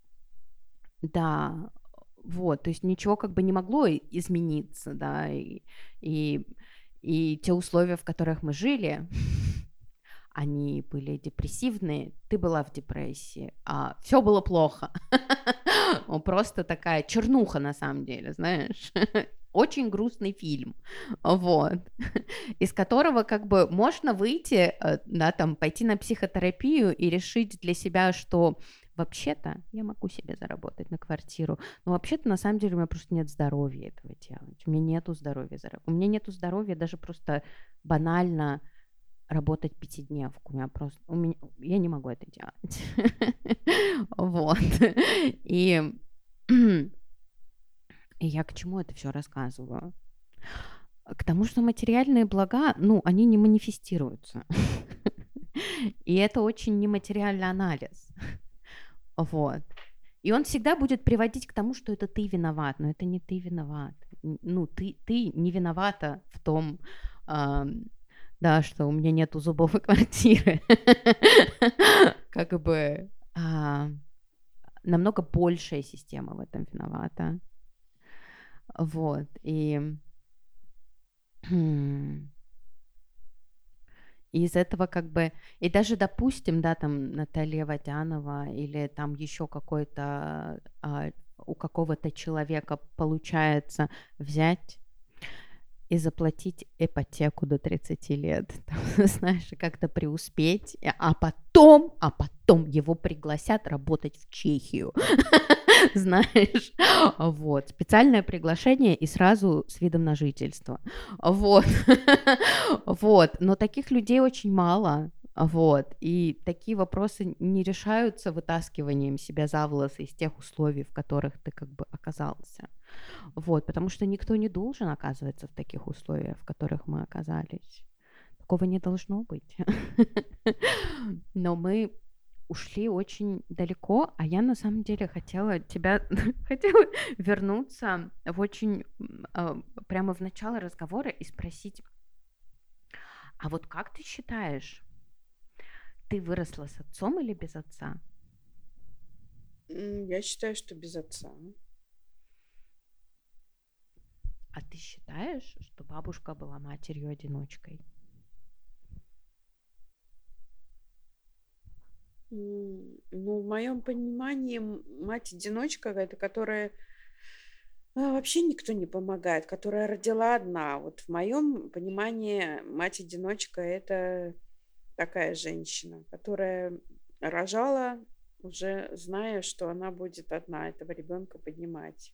да, вот, то есть ничего как бы не могло измениться, да, и И те условия, в которых мы жили, они были депрессивные, ты была в депрессии, а все было плохо. Просто такая чернуха, на самом деле, знаешь. Очень грустный фильм, вот, из которого как бы можно выйти, да, там, пойти на психотерапию и решить для себя, что вообще-то я могу себе заработать на квартиру, но вообще-то на самом деле у меня просто нет здоровья этого делать, у меня нету здоровья, у меня нету здоровья даже просто банально работать пятидневку, я не могу это делать, вот, и я к чему это все рассказываю? К тому, что материальные блага, они не манифестируются. И это очень нематериальный анализ. Вот. И он всегда будет приводить к тому, что это ты виноват, но это не ты виноват. Ты не виновата в том, да, что у меня нету зубов и квартиры. Как бы намного большая система в этом виновата. Вот, и из этого как бы, и даже, допустим, да, там Наталья Водянова или там еще какой-то, у какого-то человека получается взять и заплатить ипотеку до 30 лет, там, знаешь, как-то преуспеть, а потом его пригласят работать в Чехию, знаешь, вот, специальное приглашение и сразу с видом на жительство, вот, вот, но таких людей очень мало, вот, и такие вопросы не решаются вытаскиванием себя за волосы из тех условий, в которых ты как бы оказался. Вот, потому что никто не должен оказываться в таких условиях, в которых мы оказались. Такого не должно быть. Но мы ушли очень далеко, а я на самом деле хотела вернуться в очень прямо в начало разговора и спросить, а вот как ты считаешь, ты выросла с отцом или без отца? Я считаю, что без отца. А ты считаешь, что бабушка была матерью-одиночкой? В моем понимании мать-одиночка – это которая вообще никто не помогает, которая родила одна. Вот в моем понимании мать-одиночка – это такая женщина, которая рожала, уже зная, что она будет одна этого ребенка поднимать.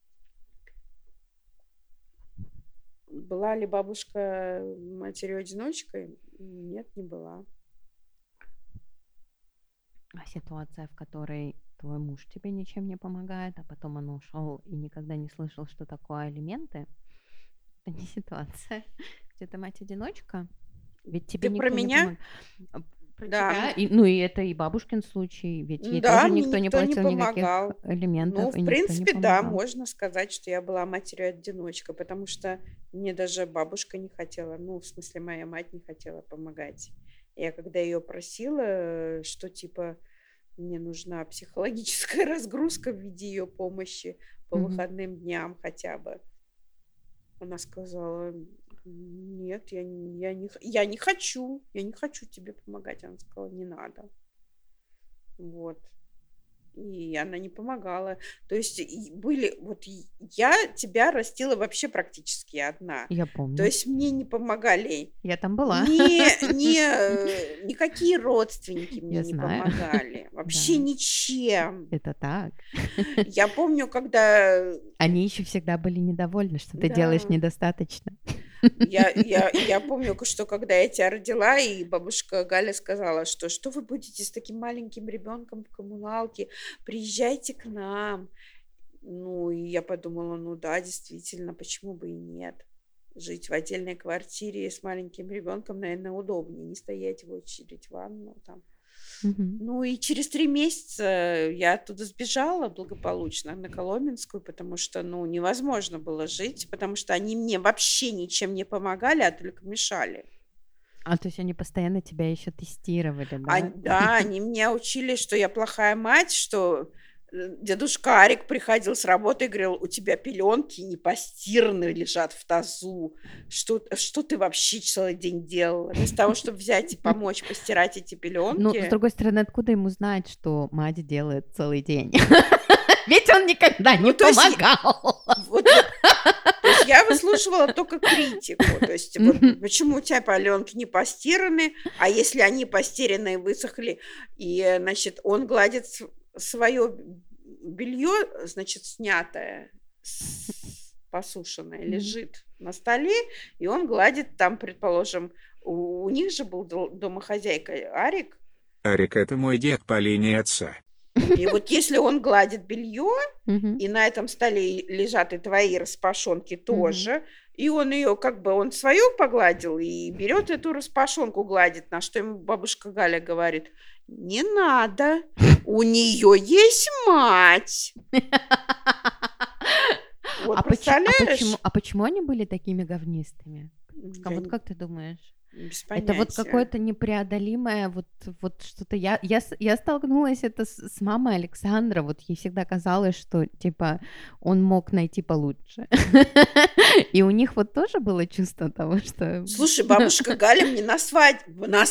Была ли бабушка матерью-одиночкой? Нет, не была. А ситуация, в которой твой муж тебе ничем не помогает, а потом он ушел и никогда не слышал, что такое алименты, это не ситуация, где ты мать-одиночка, ведь тебе Ты никто про не меня? помогает. Про Да. тебя, и это и бабушкин случай, ведь ей Да, тоже мне никто не никто не платил никаких помогал. алиментов, В и никто не принципе, да, помогал. можно сказать, что я была матерью-одиночкой, потому что мне даже бабушка не хотела, в смысле, моя мать не хотела помогать. Я когда ее просила, что типа мне нужна психологическая разгрузка в виде ее помощи по выходным дням хотя бы, она сказала: нет, я не хочу тебе помогать. Она сказала: не надо. Вот. И она не помогала. То есть я тебя растила вообще практически одна. Я помню. То есть мне не помогали. Я там была. Никакие родственники мне не помогали. Вообще ничем. Это так. Я помню, когда... Они еще всегда были недовольны, что ты делаешь недостаточно. Я помню, что когда я тебя родила, и бабушка Галя сказала, что вы будете с таким маленьким ребенком в коммуналке, приезжайте к нам. И я подумала, да, действительно, почему бы и нет. Жить в отдельной квартире с маленьким ребенком, наверное, удобнее, не стоять в очередь в ванну там. И через 3 месяца я оттуда сбежала благополучно на Коломенскую, потому что, невозможно было жить, потому что они мне вообще ничем не помогали, а только мешали. То есть они постоянно тебя еще тестировали, да? Да, они меня учили, что я плохая мать, что дедушка Арик приходил с работы и говорил: у тебя пеленки не постиранные лежат в тазу. Что ты вообще целый день делала? Вместо того, чтобы взять и помочь постирать эти Ну, с пеленки. другой стороны, откуда ему знать, что мать делает целый день? Ведь он никогда не то есть помогал. То есть я выслушивала только критику. То есть вот почему у тебя пеленки не постираны, а если они постиранные, высохли, и, значит, он гладит свое белье, значит, снятое, посушенное, лежит на столе, и он гладит там, предположим, у них же был домохозяйка Арик. Арик — это мой дед по линии отца. И вот если он гладит белье, и на этом столе лежат и твои распашонки тоже, и он ее он свою погладил и берет эту распашонку гладит, на что ему бабушка Галя говорит: не надо, у нее есть мать. Вот представляешь? А почему они были такими говнистыми? Вот как ты думаешь? Без понятия. Это вот какое-то непреодолимое, вот что-то. Я столкнулась это с мамой Александра, вот ей всегда казалось, что, типа, он мог найти получше. И у них вот тоже было чувство того, что... Слушай, бабушка Галя мне на свадьбе,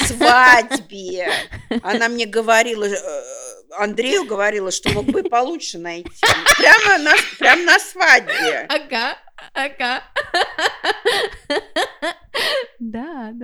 она мне говорила, Андрею говорила, что мог бы и получше найти. Прямо на свадьбе. Ага. Да.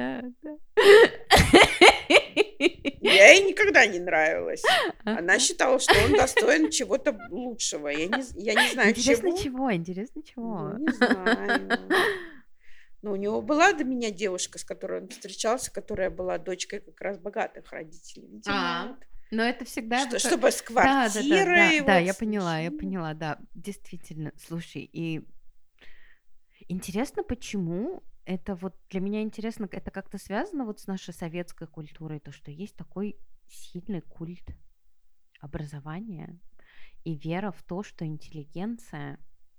Я ей никогда не нравилась. Она считала, что он достоин чего-то лучшего. Я не знаю, чего. Интересно, чего? Ну, не знаю. Но у него была до меня девушка, с которой он встречался, которая была дочкой как раз богатых родителей. Видимо, но это всегда... Чтобы с квартирой... Да, я поняла, да. Действительно. Слушай, и интересно, почему... Это вот для меня интересно, это как-то связано вот с нашей советской культурой, то, что есть такой сильный культ образования и вера в то, что интеллигенция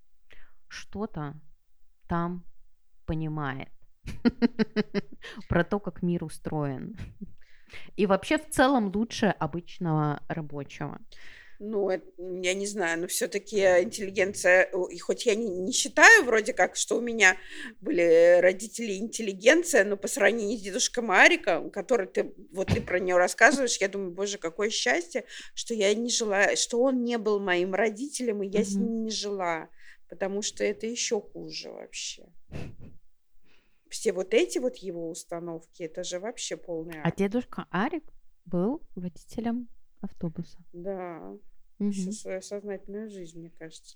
что-то там понимает про то, как мир устроен. И вообще в целом лучше обычного рабочего. Ну, я не знаю, но все-таки интеллигенция, и хоть я не считаю вроде как, что у меня были родители интеллигенция, но по сравнению с дедушкой Ариком, который ты про него рассказываешь, я думаю, боже, какое счастье, что я не жила, что он не был моим родителем, и я с ним не жила, потому что это еще хуже вообще. Все вот эти вот его установки, это же вообще полный ад. А дедушка Арик был водителем автобуса. Да. Всю свою сознательную жизнь, мне кажется.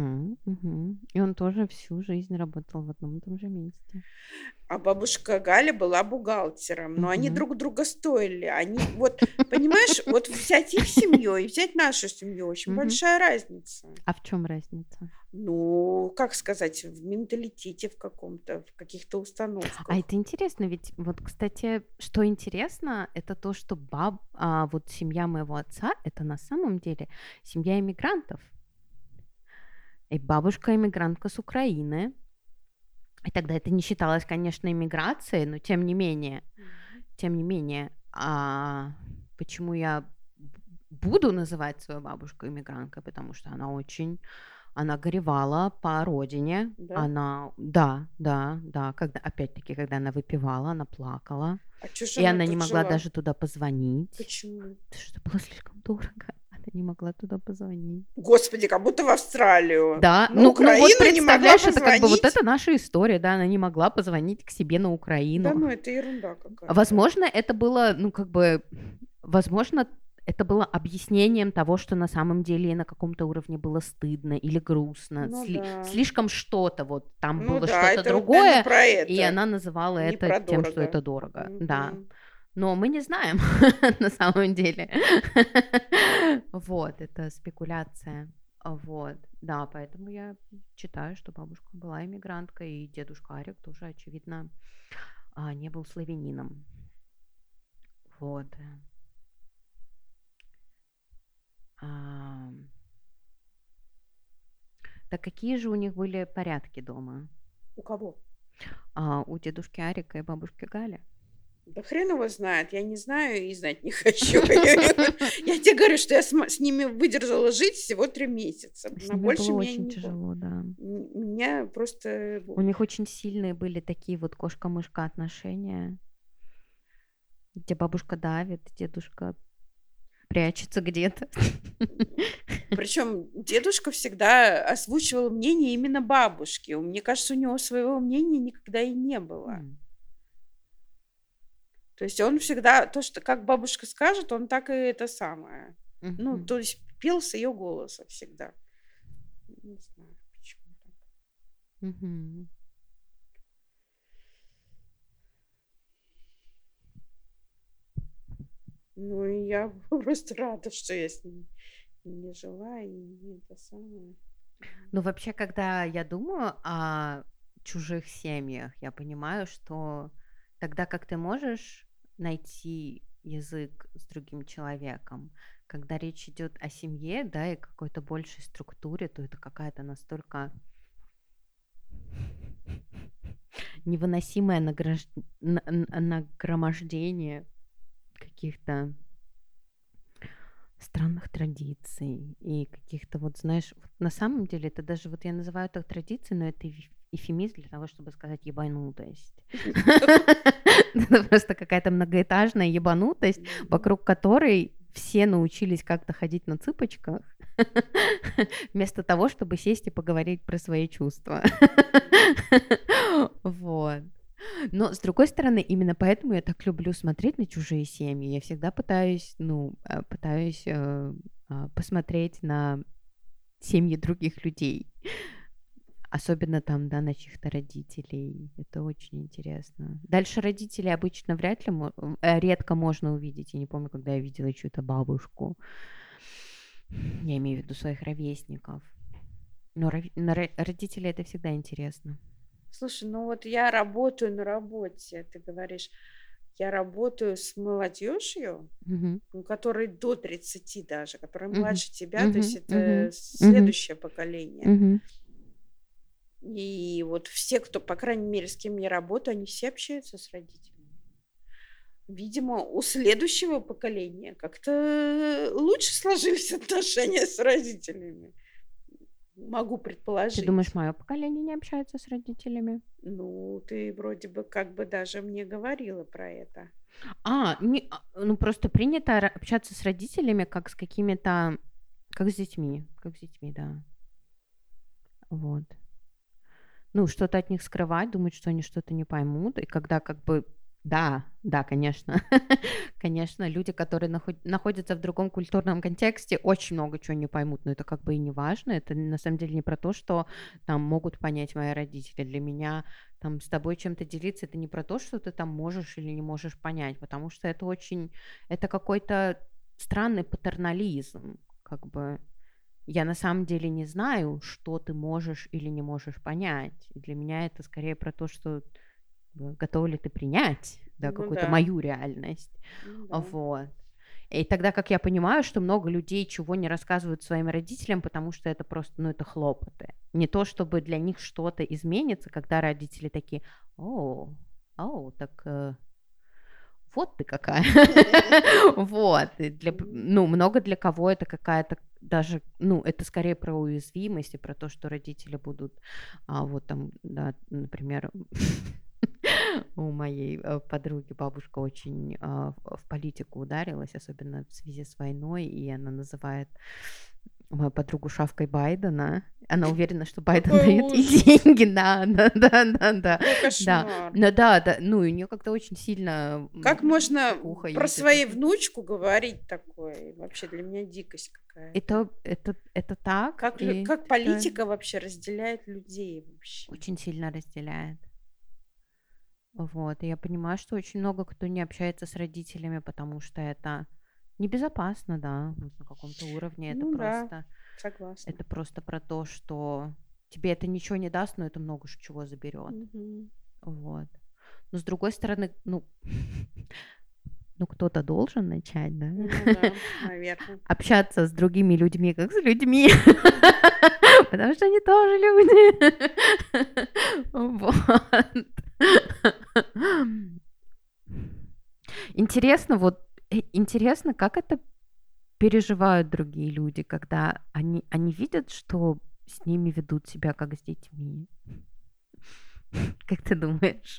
И он тоже всю жизнь работал в одном и том же месте. А бабушка Галя была бухгалтером, но они друг друга стоили. Они, вот, понимаешь, вот взять их семью и взять нашу семью, очень большая разница. А в чем разница? Ну, как сказать, в менталитете в каком-то, в каких-то установках. А это интересно, ведь вот, кстати, что интересно, это то, что вот семья моего отца, это на самом деле семья иммигрантов. И бабушка иммигрантка с Украины. И тогда это не считалось, конечно, иммиграцией, но тем не менее, почему я буду называть свою бабушку иммигранткой, потому что она горевала по родине, Да? когда она выпивала, она плакала, А и она не могла даже туда позвонить. Почему? Потому что было слишком дорого. Она не могла туда позвонить. Господи, как будто в Австралию. Да, на Украину вот не могла представляешь, это как бы вот позвонить? это наша история, да, она не могла позвонить к себе на Украину. Да, ну это ерунда какая-то. Возможно, это было, возможно, это было объяснением того, что на самом деле на каком-то уровне было стыдно или грустно, Да. слишком что-то, вот там Ну было да, что-то это вот, другое, наверное, про это. и она называла Не это про тем, что дорого. это дорого, Мгм. да. Но мы не знаем на самом деле. Вот, это спекуляция. Вот, да, поэтому я считаю, что бабушка была иммигранткой, и дедушка Арик тоже, очевидно, не был славянином. Вот. Так какие же у них были порядки дома? У кого? У дедушки Арика и бабушки Гали. Да хрен его знает, я не знаю и знать не хочу. Я тебе говорю, что я с ними выдержала жить всего 3 месяца. С На ними больше было меня очень не было. тяжело, да. Меня просто... У них очень сильные были такие вот кошка-мышка отношения, где бабушка давит, дедушка прячется где-то. Причем дедушка всегда озвучивал мнение именно бабушки. Мне кажется, у него своего мнения никогда и не было. То есть он всегда, то, что как бабушка скажет, он так и это самое. Ну, то есть пел с ее голоса всегда. Не знаю, почему так. Ну, и я просто рада, что я с ним не жила, и не это самое. Ну, вообще, когда я думаю о чужих семьях, я понимаю, что тогда как ты можешь найти язык с другим человеком, когда речь идет о семье, да, и какой-то большей структуре, то это какая-то настолько невыносимое нагромождение каких-то странных традиций и каких-то вот, знаешь, вот на самом деле это даже вот я называю это традицией, но это эвфемизм для того, чтобы сказать ебанутость. Это просто какая-то многоэтажная ебанутость, вокруг которой все научились как-то ходить на цыпочках, вместо того, чтобы сесть и поговорить про свои чувства. Вот. Но, с другой стороны, именно поэтому я так люблю смотреть на чужие семьи. Я всегда пытаюсь посмотреть на семьи других людей. Особенно там, да, на чьих-то родителей. Это очень интересно. Дальше родителей обычно редко можно увидеть. Я не помню, когда я видела чью-то бабушку. Я имею в виду своих ровесников. Но родители это всегда интересно. Слушай, ну вот я работаю на работе, ты говоришь, я работаю с молодежью, у которой до 30 даже, которая младше тебя, то есть это следующее поколение. И вот все, кто, по крайней мере, с кем я работаю, они все общаются с родителями. Видимо, у следующего поколения как-то лучше сложились отношения с родителями. Могу предположить. Ты думаешь, мое поколение не общается с родителями? Ну, ты вроде бы как бы даже мне говорила про это. Ну просто принято общаться с родителями как с какими-то, как с детьми, да. Вот. Ну, что-то от них скрывать, думать, что они что-то не поймут, и когда как бы да, конечно. Конечно, люди, которые находятся в другом культурном контексте, очень много чего не поймут, но это как бы и не важно. Это на самом деле не про то, что там могут понять мои родители. Для меня там с тобой чем-то делиться, это не про то, что ты там можешь или не можешь понять, потому что это какой-то странный патернализм, как бы. Я на самом деле не знаю, что ты можешь или не можешь понять. И для меня это скорее про то, что готова ли ты принять, да, какую-то мою реальность. Вот. И тогда как я понимаю, что много людей чего не рассказывают своим родителям, потому что это просто, это хлопоты. Не то, чтобы для них что-то изменится, когда родители такие, так вот ты какая. Вот. Много для кого это какая-то даже, это скорее про уязвимость и про то, что родители будут, вот там, да, например, у моей подруги бабушка очень в политику ударилась, особенно в связи с войной, и она называет мою подругу шавкой Байдена. Она уверена, что Байден дает ей деньги. Да. Ну, у нее как-то очень сильно... Как можно про свою внучку говорить такое? Вообще для меня дикость какая-то. Это так. Как политика вообще разделяет людей вообще? Очень сильно разделяет. Вот, и я понимаю, что очень много кто не общается с родителями, потому что это небезопасно, да, на каком-то уровне. Это просто... Согласна. Это просто про то, что тебе это ничего не даст, но это много чего заберет. Вот. Но с другой стороны, кто-то должен начать, да? Да, наверное. Общаться с другими людьми, как с людьми. Потому что они тоже люди. Вот. Интересно, как это переживают другие люди, когда они видят, что с ними ведут себя как с детьми. Как ты думаешь?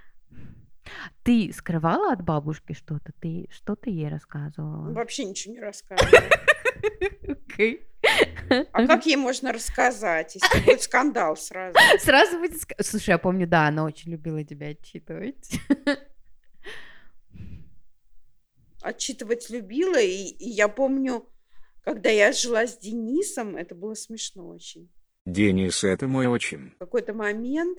Ты скрывала от бабушки что-то? Что ты ей рассказывала? Вообще ничего не рассказывала. Окей. А как ей можно рассказать, если будет скандал сразу? Сразу будет Слушай, я помню, да, она очень любила тебя отчитывать. Отчитывать любила, и я помню, когда я жила с Денисом, это было смешно очень. Денис — это мой отчим. В какой-то момент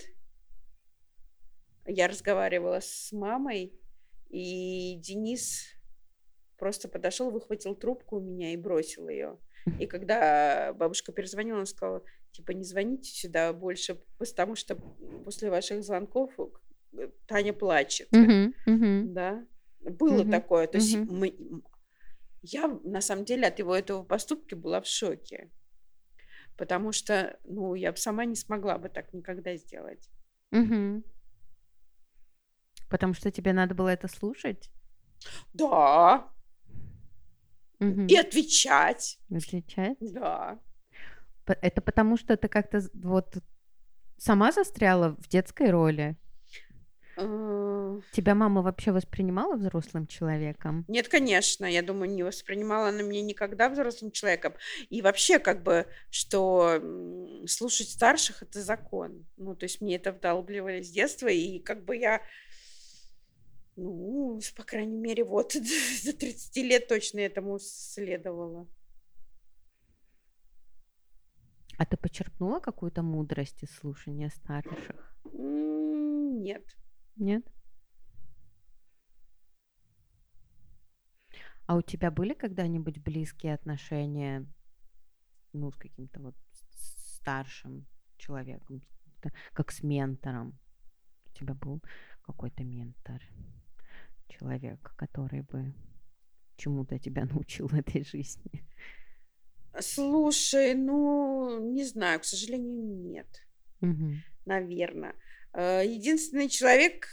я разговаривала с мамой, и Денис просто подошел, выхватил трубку у меня и бросил ее. И когда бабушка перезвонила, она сказала, типа, не звоните сюда больше, потому что после ваших звонков Таня плачет. Да, было такое. То есть я, на самом деле, от его этого поступка была в шоке. Потому что, я бы сама не смогла бы так никогда сделать. Потому что тебе надо было это слушать? Да. И отвечать. Отвечать? Да. Это потому что ты как-то вот сама застряла в детской роли? Тебя мама вообще воспринимала взрослым человеком? Нет, конечно, я думаю, не воспринимала она меня никогда взрослым человеком. И вообще, что слушать старших – это закон. То есть мне это вдалбливали с детства, и я, по крайней мере, вот до 30 лет точно этому следовала. А ты почерпнула какую-то мудрость из слушания старших? Нет. Нет? А у тебя были когда-нибудь близкие отношения, с каким-то вот старшим человеком, как с ментором? У тебя был какой-то ментор, человек, который бы чему-то тебя научил в этой жизни? Слушай, не знаю, к сожалению, нет. Наверное. Единственный человек,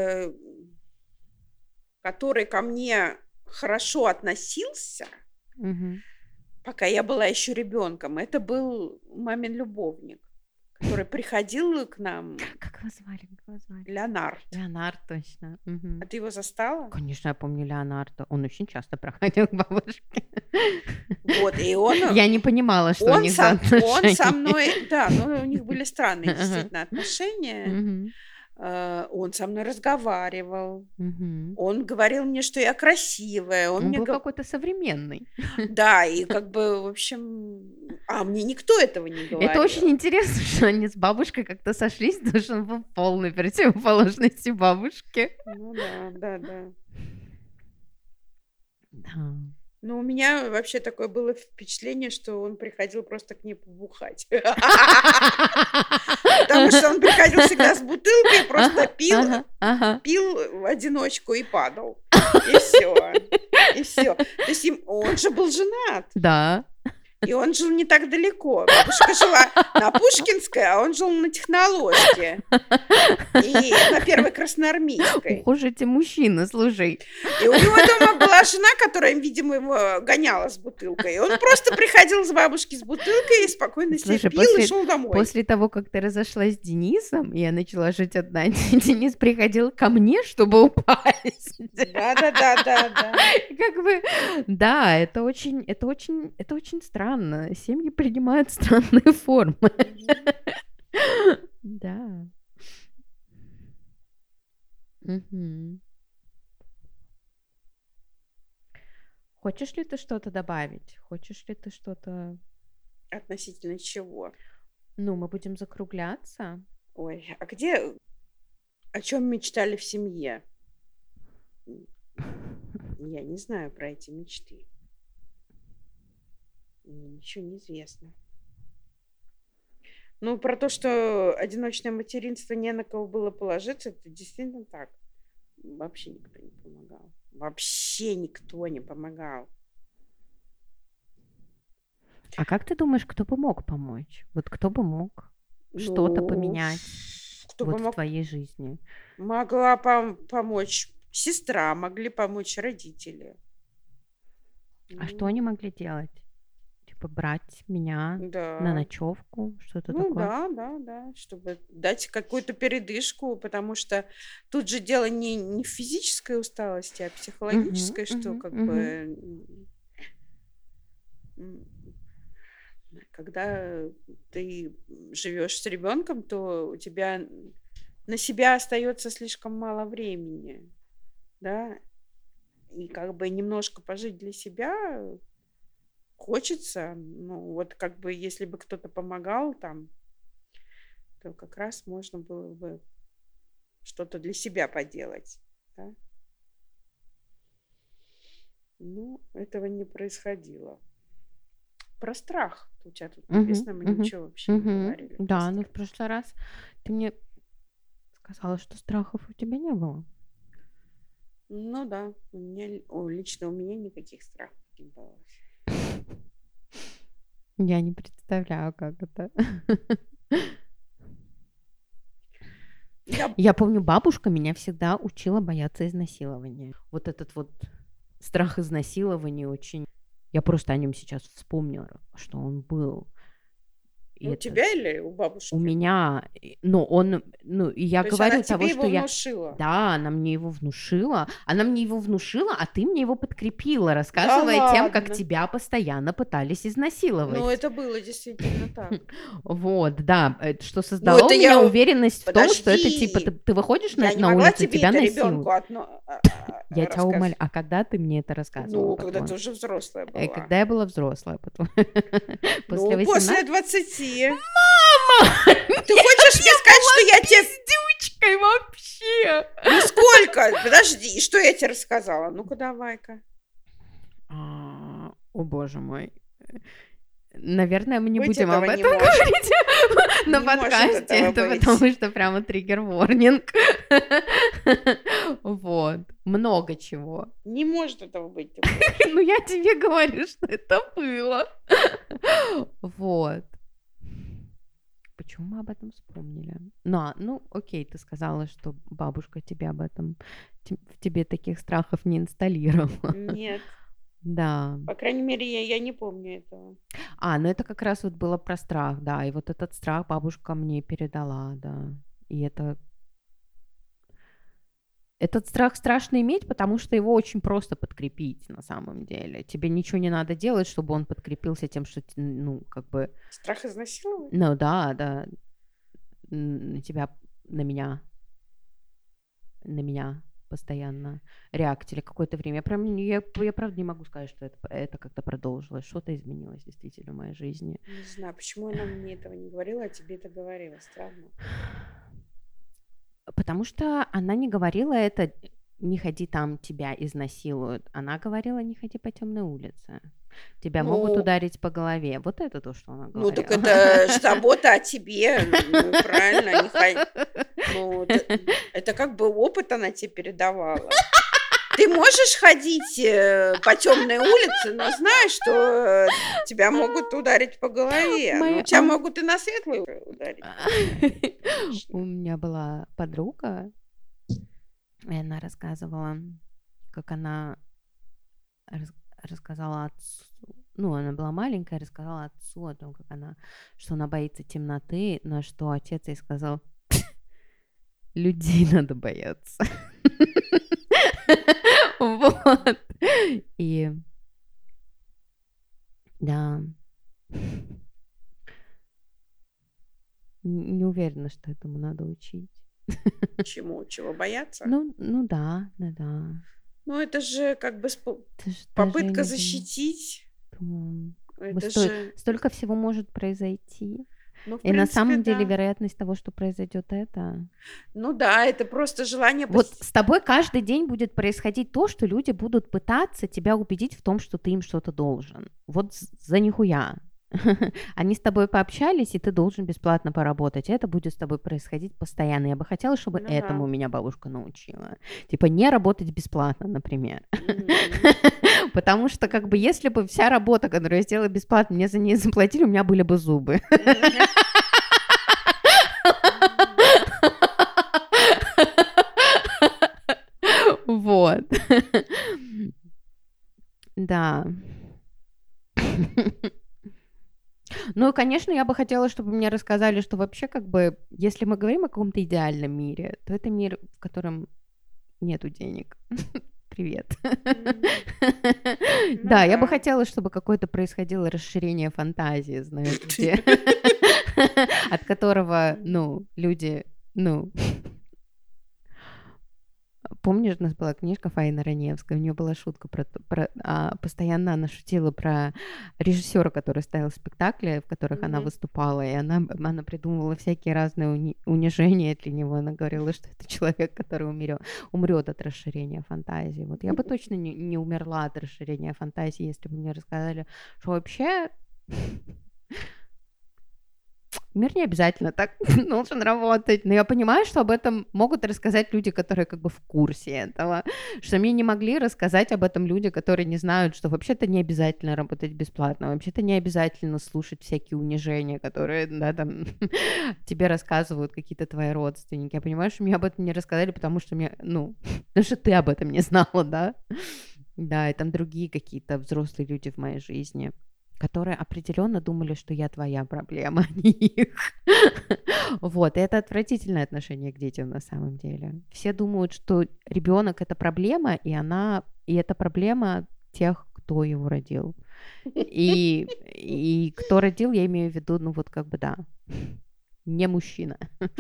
который ко мне хорошо относился, пока я была еще ребенком, это был мамин любовник, который приходил к нам. Как его звали? Леонард. Леонард, точно. А ты его застала? Конечно, я помню Леонарда. Он очень часто проходил к бабушке. Вот, и он... Я не понимала, что у них за отношения. Он со мной... Да, у них были странные действительно отношения. Он со мной разговаривал. Он говорил мне, что я красивая. Он был какой-то современный. Да, и в общем... А мне никто этого не говорил. Это очень интересно, что они с бабушкой как-то сошлись, потому что он был полной противоположностью бабушки. Да. Да. У меня вообще такое было впечатление, что он приходил просто к ней побухать. Потому что он приходил всегда с бутылкой, просто пил в одиночку и падал. И все. То есть он же был женат. Да. И он жил не так далеко. Бабушка жила на Пушкинской, а он жил на Техноложке. И на Первой Красноармейской. Уж эти мужчины, слушай. И у него дома была жена, которая, видимо, его гоняла с бутылкой. И он просто приходил с бабушки с бутылкой и спокойно себе пил и шел домой. После того, как ты разошлась с Денисом, и я начала жить одна, Денис приходил ко мне, чтобы упасть. Да. Да, это очень странно. Семьи принимают странные формы. Да. Хочешь ли ты что-то добавить? Хочешь ли ты что-то... Относительно чего? Мы будем закругляться. Ой, а где... О чем мечтали в семье? Я не знаю про эти мечты. Мне ничего не известно. Про то, что одиночное материнство не на кого было положиться, это действительно так. Вообще никто не помогал. Вообще никто не помогал. А как ты думаешь, кто бы мог помочь? Вот кто бы мог что-то поменять в твоей жизни? Могла помочь сестра, могли помочь родители. А что они могли делать? Типа брать меня на ночевку, что-то такое? Да, чтобы дать какую-то передышку, потому что тут же дело не в физической усталости, а психологической, что как бы когда ты живешь с ребенком, то у тебя на себя остается слишком мало времени, да, и как бы немножко пожить для себя хочется, ну вот как бы если бы кто-то помогал там, то как раз можно было бы что-то для себя поделать, да? Ну, этого не происходило. Про страх у тебя тут написано, мы ничего вообще не говорили. Да, но в прошлый раз ты мне сказала, что страхов у тебя не было. Ну да, лично у меня никаких страхов не было. Я не представляю, как это. Я помню, бабушка меня всегда учила бояться изнасилования. Вот этот вот страх изнасилования очень... Я просто о нем сейчас вспомнила, что он был. У тебя или у бабушки? У меня. Но он... Ну, и я говорю того, что я... внушила? Да, она мне его внушила. Она мне его внушила, а ты мне его подкрепила, рассказывая тем, как тебя постоянно пытались изнасиловать. Ну, это было действительно так. Вот, да, что создало у меня уверенность в том, что это типа ты выходишь на улицу, тебя насилуют. Я тебя умоляю. А когда ты мне это рассказывала? Ну, когда ты уже взрослая была. Когда я была взрослая потом. После 20. Мама! Ты хочешь мне сказать, что я тебе... пиздючкой вообще! Ну сколько? Подожди, что я тебе рассказала? Ну-ка, давай-ка. О, боже мой. Наверное, мы не будем об этом говорить на подкасте, это потому что прямо триггер-ворнинг. Вот. Много чего. Не может этого быть. Ну, я тебе говорю, что это было. Вот. Почему мы об этом вспомнили? Ну, окей, ты сказала, что бабушка тебе об этом, в тебе таких страхов не инсталлировала. Нет. Да. По крайней мере, я не помню этого. Ну это как раз вот было про страх, да, и вот этот страх бабушка мне передала, да, и этот страх страшно иметь, потому что его очень просто подкрепить на самом деле. Тебе ничего не надо делать, чтобы он подкрепился тем, что, ну, как бы... Страх изнасиловать? Ну, да, на тебя, на меня постоянно реактили какое-то время. Я правда не могу сказать, что это как-то продолжилось. Что-то изменилось действительно в моей жизни. Не знаю, почему она мне этого не говорила, а тебе это говорила. Странно. Потому что она не говорила это «не ходи там, тебя изнасилуют». Она говорила «не ходи по темной улице». Тебя могут ударить по голове. Вот это то, что она говорила. Ну, так это забота о тебе. Ну, правильно. Не ходи. Ну, это как бы опыт она тебе передавала. Ты можешь ходить по темной улице, но знаешь, что тебя могут ударить по голове. Ну, тебя могут и на светлую ударить. У меня была подруга, и она рассказывала, как она рассказала отцу, ну, она была маленькая, рассказала отцу о том, что она боится темноты, на что отец ей сказал: людей надо бояться. Вот. И да. Не уверена, что этому надо учить. Чему? Чего бояться? Ну да. Ну, это же как бы попытка защитить. Столько всего может произойти. Ну, и на самом деле вероятность того, что произойдет это... Ну да, это просто желание... Вот с тобой каждый день будет происходить то, что люди будут пытаться тебя убедить в том, что ты им что-то должен. Вот за нихуя. Они с тобой пообщались, и ты должен бесплатно поработать. Это будет с тобой происходить постоянно. Я бы хотела, чтобы этому меня бабушка научила. Типа не работать бесплатно, например. Потому что как бы если бы вся работа, которую я сделала бесплатно, мне за нее заплатили, у меня были бы зубы. Да. Ну, конечно, я бы хотела, чтобы мне рассказали, что вообще, как бы, если мы говорим о каком-то идеальном мире, то это мир, в котором нету денег. Привет. Ну Да, я бы да. хотела, чтобы какое-то происходило расширение фантазии, знаешь, где от которого, ну, люди, ну, помнишь, у нас была книжка Фаины Раневской, у нее была шутка постоянно она шутила про режиссера, который ставил спектакли, в которых она выступала, и она придумывала всякие разные унижения для него. Она говорила, что это человек, который умрет от расширения фантазии. Вот я бы точно не умерла от расширения фантазии, если бы мне рассказали, что вообще мир не обязательно так должен работать. Но я понимаю, что об этом могут рассказать люди, которые как бы в курсе этого. Что мне не могли рассказать об этом люди, которые не знают, что вообще-то не обязательно работать бесплатно, вообще-то не обязательно слушать всякие унижения, которые, да, там, тебе рассказывают какие-то твои родственники. Я понимаю, что мне об этом не рассказали, потому что потому что ты об этом не знала, да? Да, и там другие какие-то взрослые люди в моей жизни, которые определенно думали, что я твоя проблема, а не их. Вот, и это отвратительное отношение к детям на самом деле. Все думают, что ребенок это проблема, и это проблема тех, кто его родил. И кто родил, я имею в виду, ну вот как бы да, не мужчина.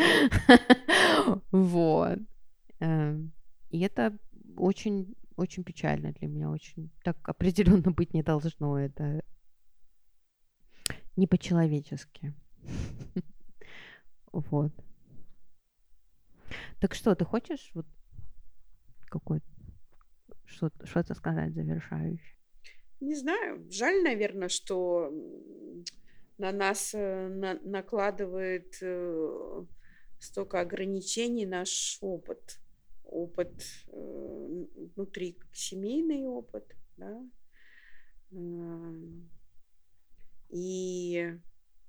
Вот. И это очень, очень печально для меня, очень так определенно быть не должно. Это не по-человечески. Вот. Так что, ты хочешь вот какой что-то сказать завершающее? Не знаю. Жаль, наверное, что на нас накладывает столько ограничений наш опыт. Опыт внутри, семейный опыт, да. И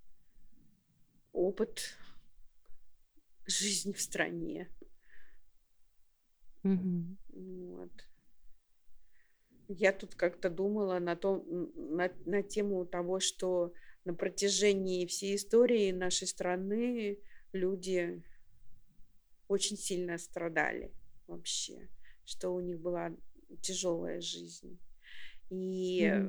опыт жизни в стране. Вот. Я тут как-то думала на тему того, что на протяжении всей истории нашей страны люди очень сильно страдали вообще, что у них была тяжелая жизнь. И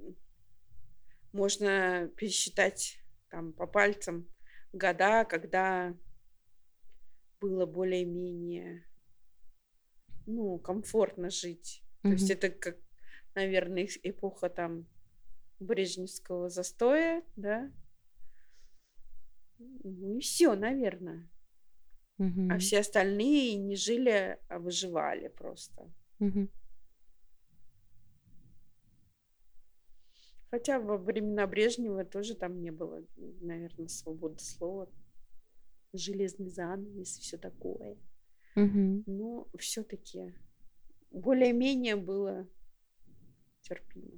можно пересчитать там по пальцам года, когда было более-менее, комфортно жить. То есть это как, наверное, эпоха там брежневского застоя, да? Ну и все, наверное. А все остальные не жили, а выживали просто. Хотя во времена Брежнева тоже там не было, наверное, свободы слова, железный занавес и все такое. Но все-таки более-менее было терпимо.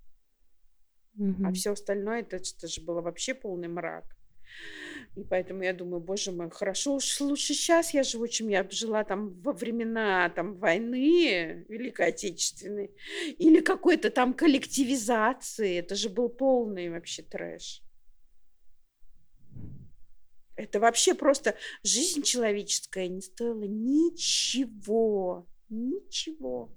А все остальное, это же было вообще полный мрак. И поэтому я думаю, боже мой, хорошо уж лучше сейчас я живу, чем я жила там во времена там войны Великой Отечественной или какой-то там коллективизации. Это же был полный вообще трэш. Это вообще просто жизнь человеческая не стоила ничего. Ничего.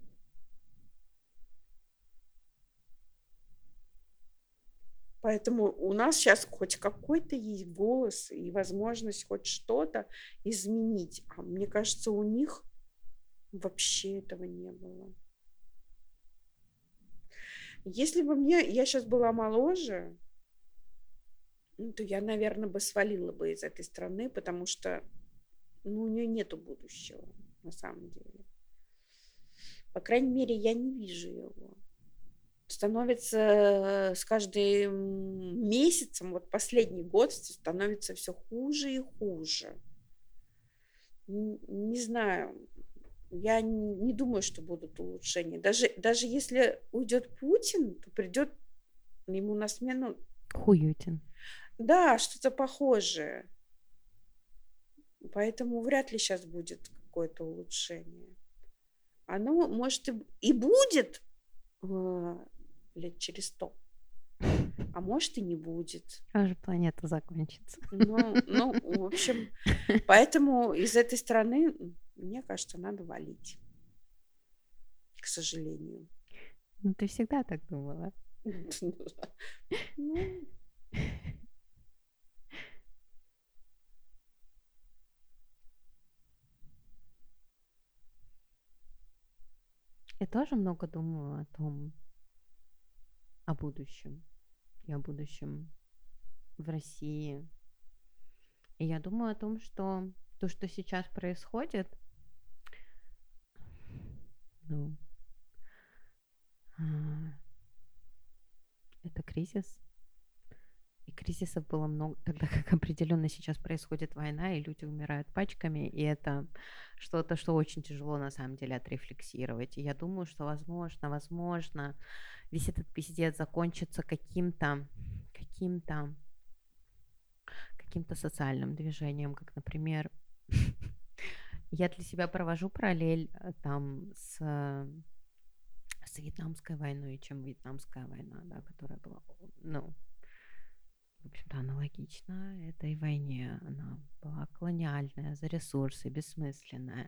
Поэтому у нас сейчас хоть какой-то есть голос и возможность хоть что-то изменить. А мне кажется, у них вообще этого не было. Если бы я сейчас была моложе, то я, наверное, бы свалила бы из этой страны, потому что у нее нету будущего на самом деле. По крайней мере, я не вижу его. Становится с каждым месяцем, вот последний год становится все хуже и хуже. Не знаю, я не думаю, что будут улучшения. Даже если уйдет Путин, то придет ему на смену Хуютин. Да, что-то похожее. Поэтому вряд ли сейчас будет какое-то улучшение. Оно, может, и будет лет через 100. А может, и не будет. Уже планета закончится. Ну, в общем, поэтому из этой страны, мне кажется, надо валить. К сожалению. Ну, ты всегда так думала. Ну, я тоже много думаю о будущем и о будущем в России. И я думаю о том, что то, что сейчас происходит, ну, это кризис. И кризисов было много, тогда как определенно сейчас происходит война, и люди умирают пачками, и это что-то, что очень тяжело на самом деле отрефлексировать. И я думаю, что возможно, весь этот пиздец закончится каким-то социальным движением, как, например, я для себя провожу параллель там с Вьетнамской войной, чем Вьетнамская война, да, которая была, ну, в общем-то, аналогично этой войне. Она была колониальная, за ресурсы, бессмысленная.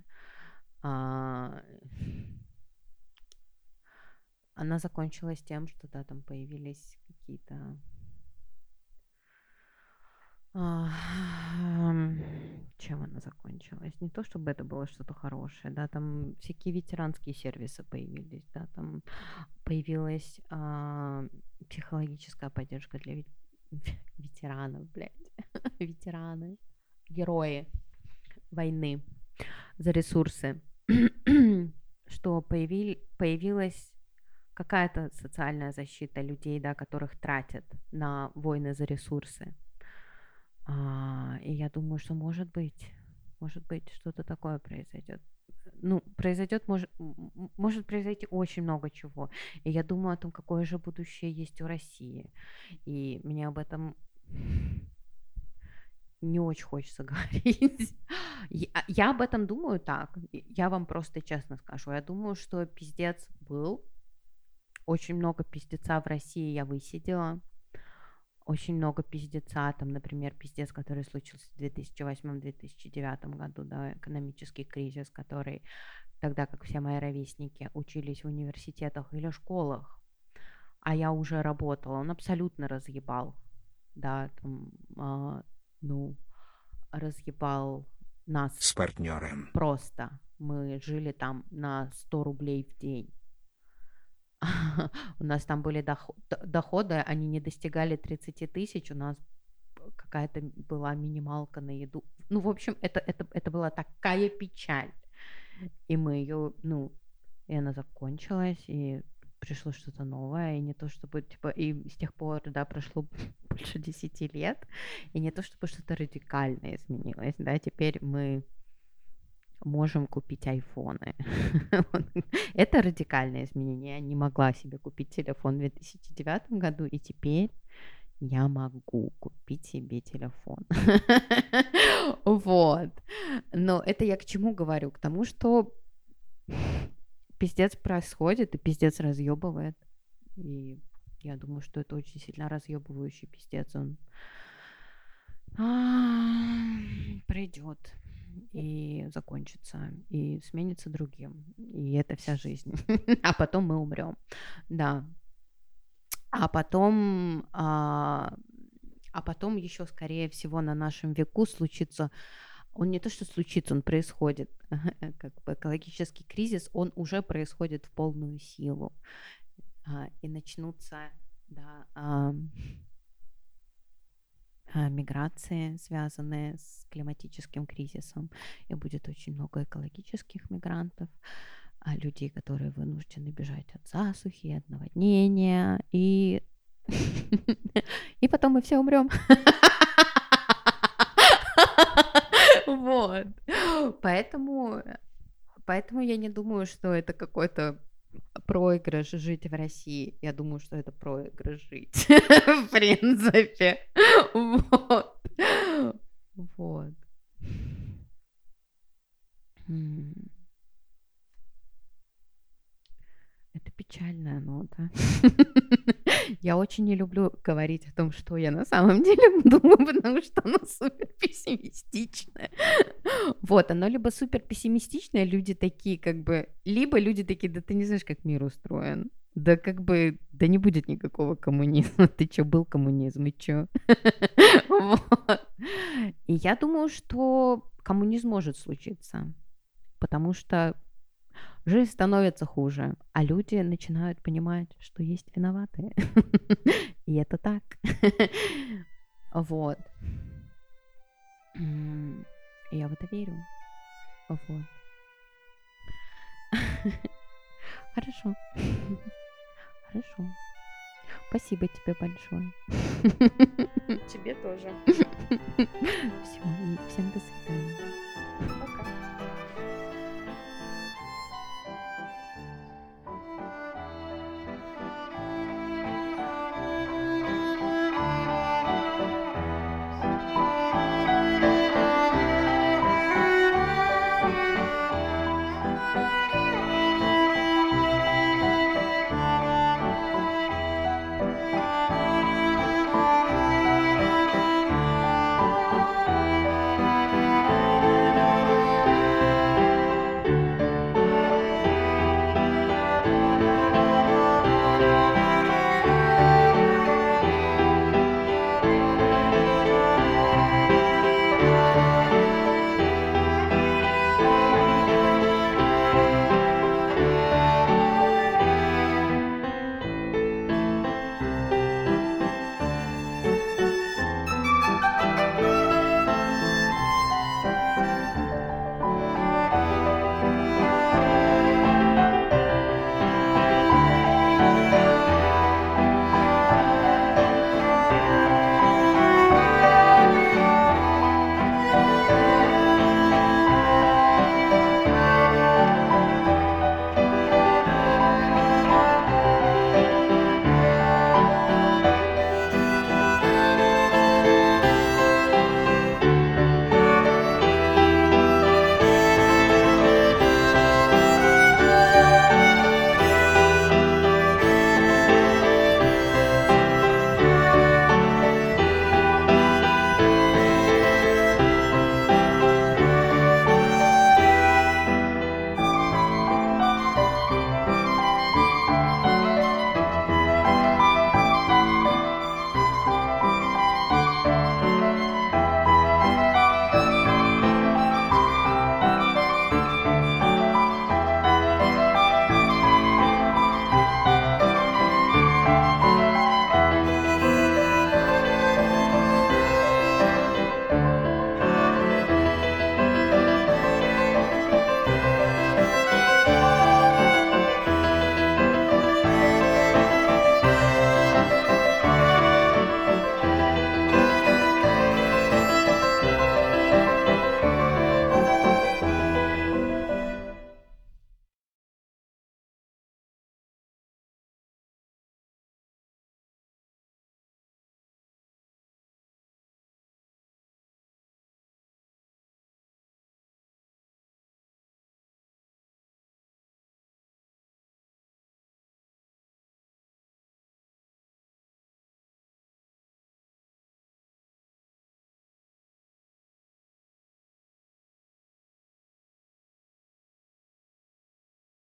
Она закончилась тем, что, да, там появились какие-то... Чем она закончилась? Не то, чтобы это было что-то хорошее, да, там всякие ветеранские сервисы появились, да, там появилась психологическая поддержка для ветеранов, блядь, ветераны, герои войны за ресурсы, что появилась какая-то социальная защита людей, да, которых тратят на войны за ресурсы. И я думаю, что может быть что-то такое произойдет. Ну, может произойти очень много чего. И я думаю о том, какое же будущее есть у России. И мне об этом не очень хочется говорить. Я об этом думаю так. Я вам просто честно скажу. Я думаю, что пиздец был. Очень много пиздеца в России я высидела. Очень много пиздеца, там, например, пиздец, который случился в 2008-2009 году, да, экономический кризис, который тогда, как все мои ровесники, учились в университетах или школах, а я уже работала, он абсолютно разъебал, да, там, разъебал нас. С партнером. Просто. Мы жили там на 100 рублей в день. У нас там были доходы, они не достигали 30 тысяч, у нас какая-то была минималка на еду. Ну, в общем, это была такая печаль. И мы ее, и она закончилась, и пришло что-то новое, и не то чтобы, типа, и с тех пор, да, прошло больше 10 лет, и не то чтобы что-то радикальное изменилось, да, теперь мы можем купить айфоны. Это радикальное изменение. Я не могла себе купить телефон в 2009 году, и теперь я могу купить себе телефон. Вот. Но это я к чему говорю? К тому, что пиздец происходит, и пиздец разъебывает. И я думаю, что это очень сильно разъебывающий пиздец. Он пройдет и закончится, и сменится другим. И это вся жизнь. А потом мы умрем. Да. А потом еще, скорее всего, на нашем веку случится, он не то что случится, он происходит, как бы экологический кризис, он уже происходит в полную силу. И начнутся, да, миграции, связанные с климатическим кризисом, и будет очень много экологических мигрантов, людей, которые вынуждены бежать от засухи, от наводнения, и потом мы все умрем. Вот. Поэтому я не думаю, что это какой-то проигрыш жить в России. Я думаю, что это проигрыш жить. В принципе. Вот. Это печально. печальная нота. Я очень не люблю говорить о том, что я на самом деле думаю, потому что оно супер пессимистичное. Вот, оно либо супер пессимистичное, люди такие как бы, либо люди такие, да ты не знаешь, как мир устроен. Да как бы, да не будет никакого коммунизма. Ты чё, был коммунизм, и чё? Вот. И я думаю, что коммунизм может случиться, потому что жизнь становится хуже, а люди начинают понимать, что есть виноватые. И это так. Вот. Я в это верю. Вот. Хорошо. Хорошо. Спасибо тебе большое. Тебе тоже. Всем до свидания.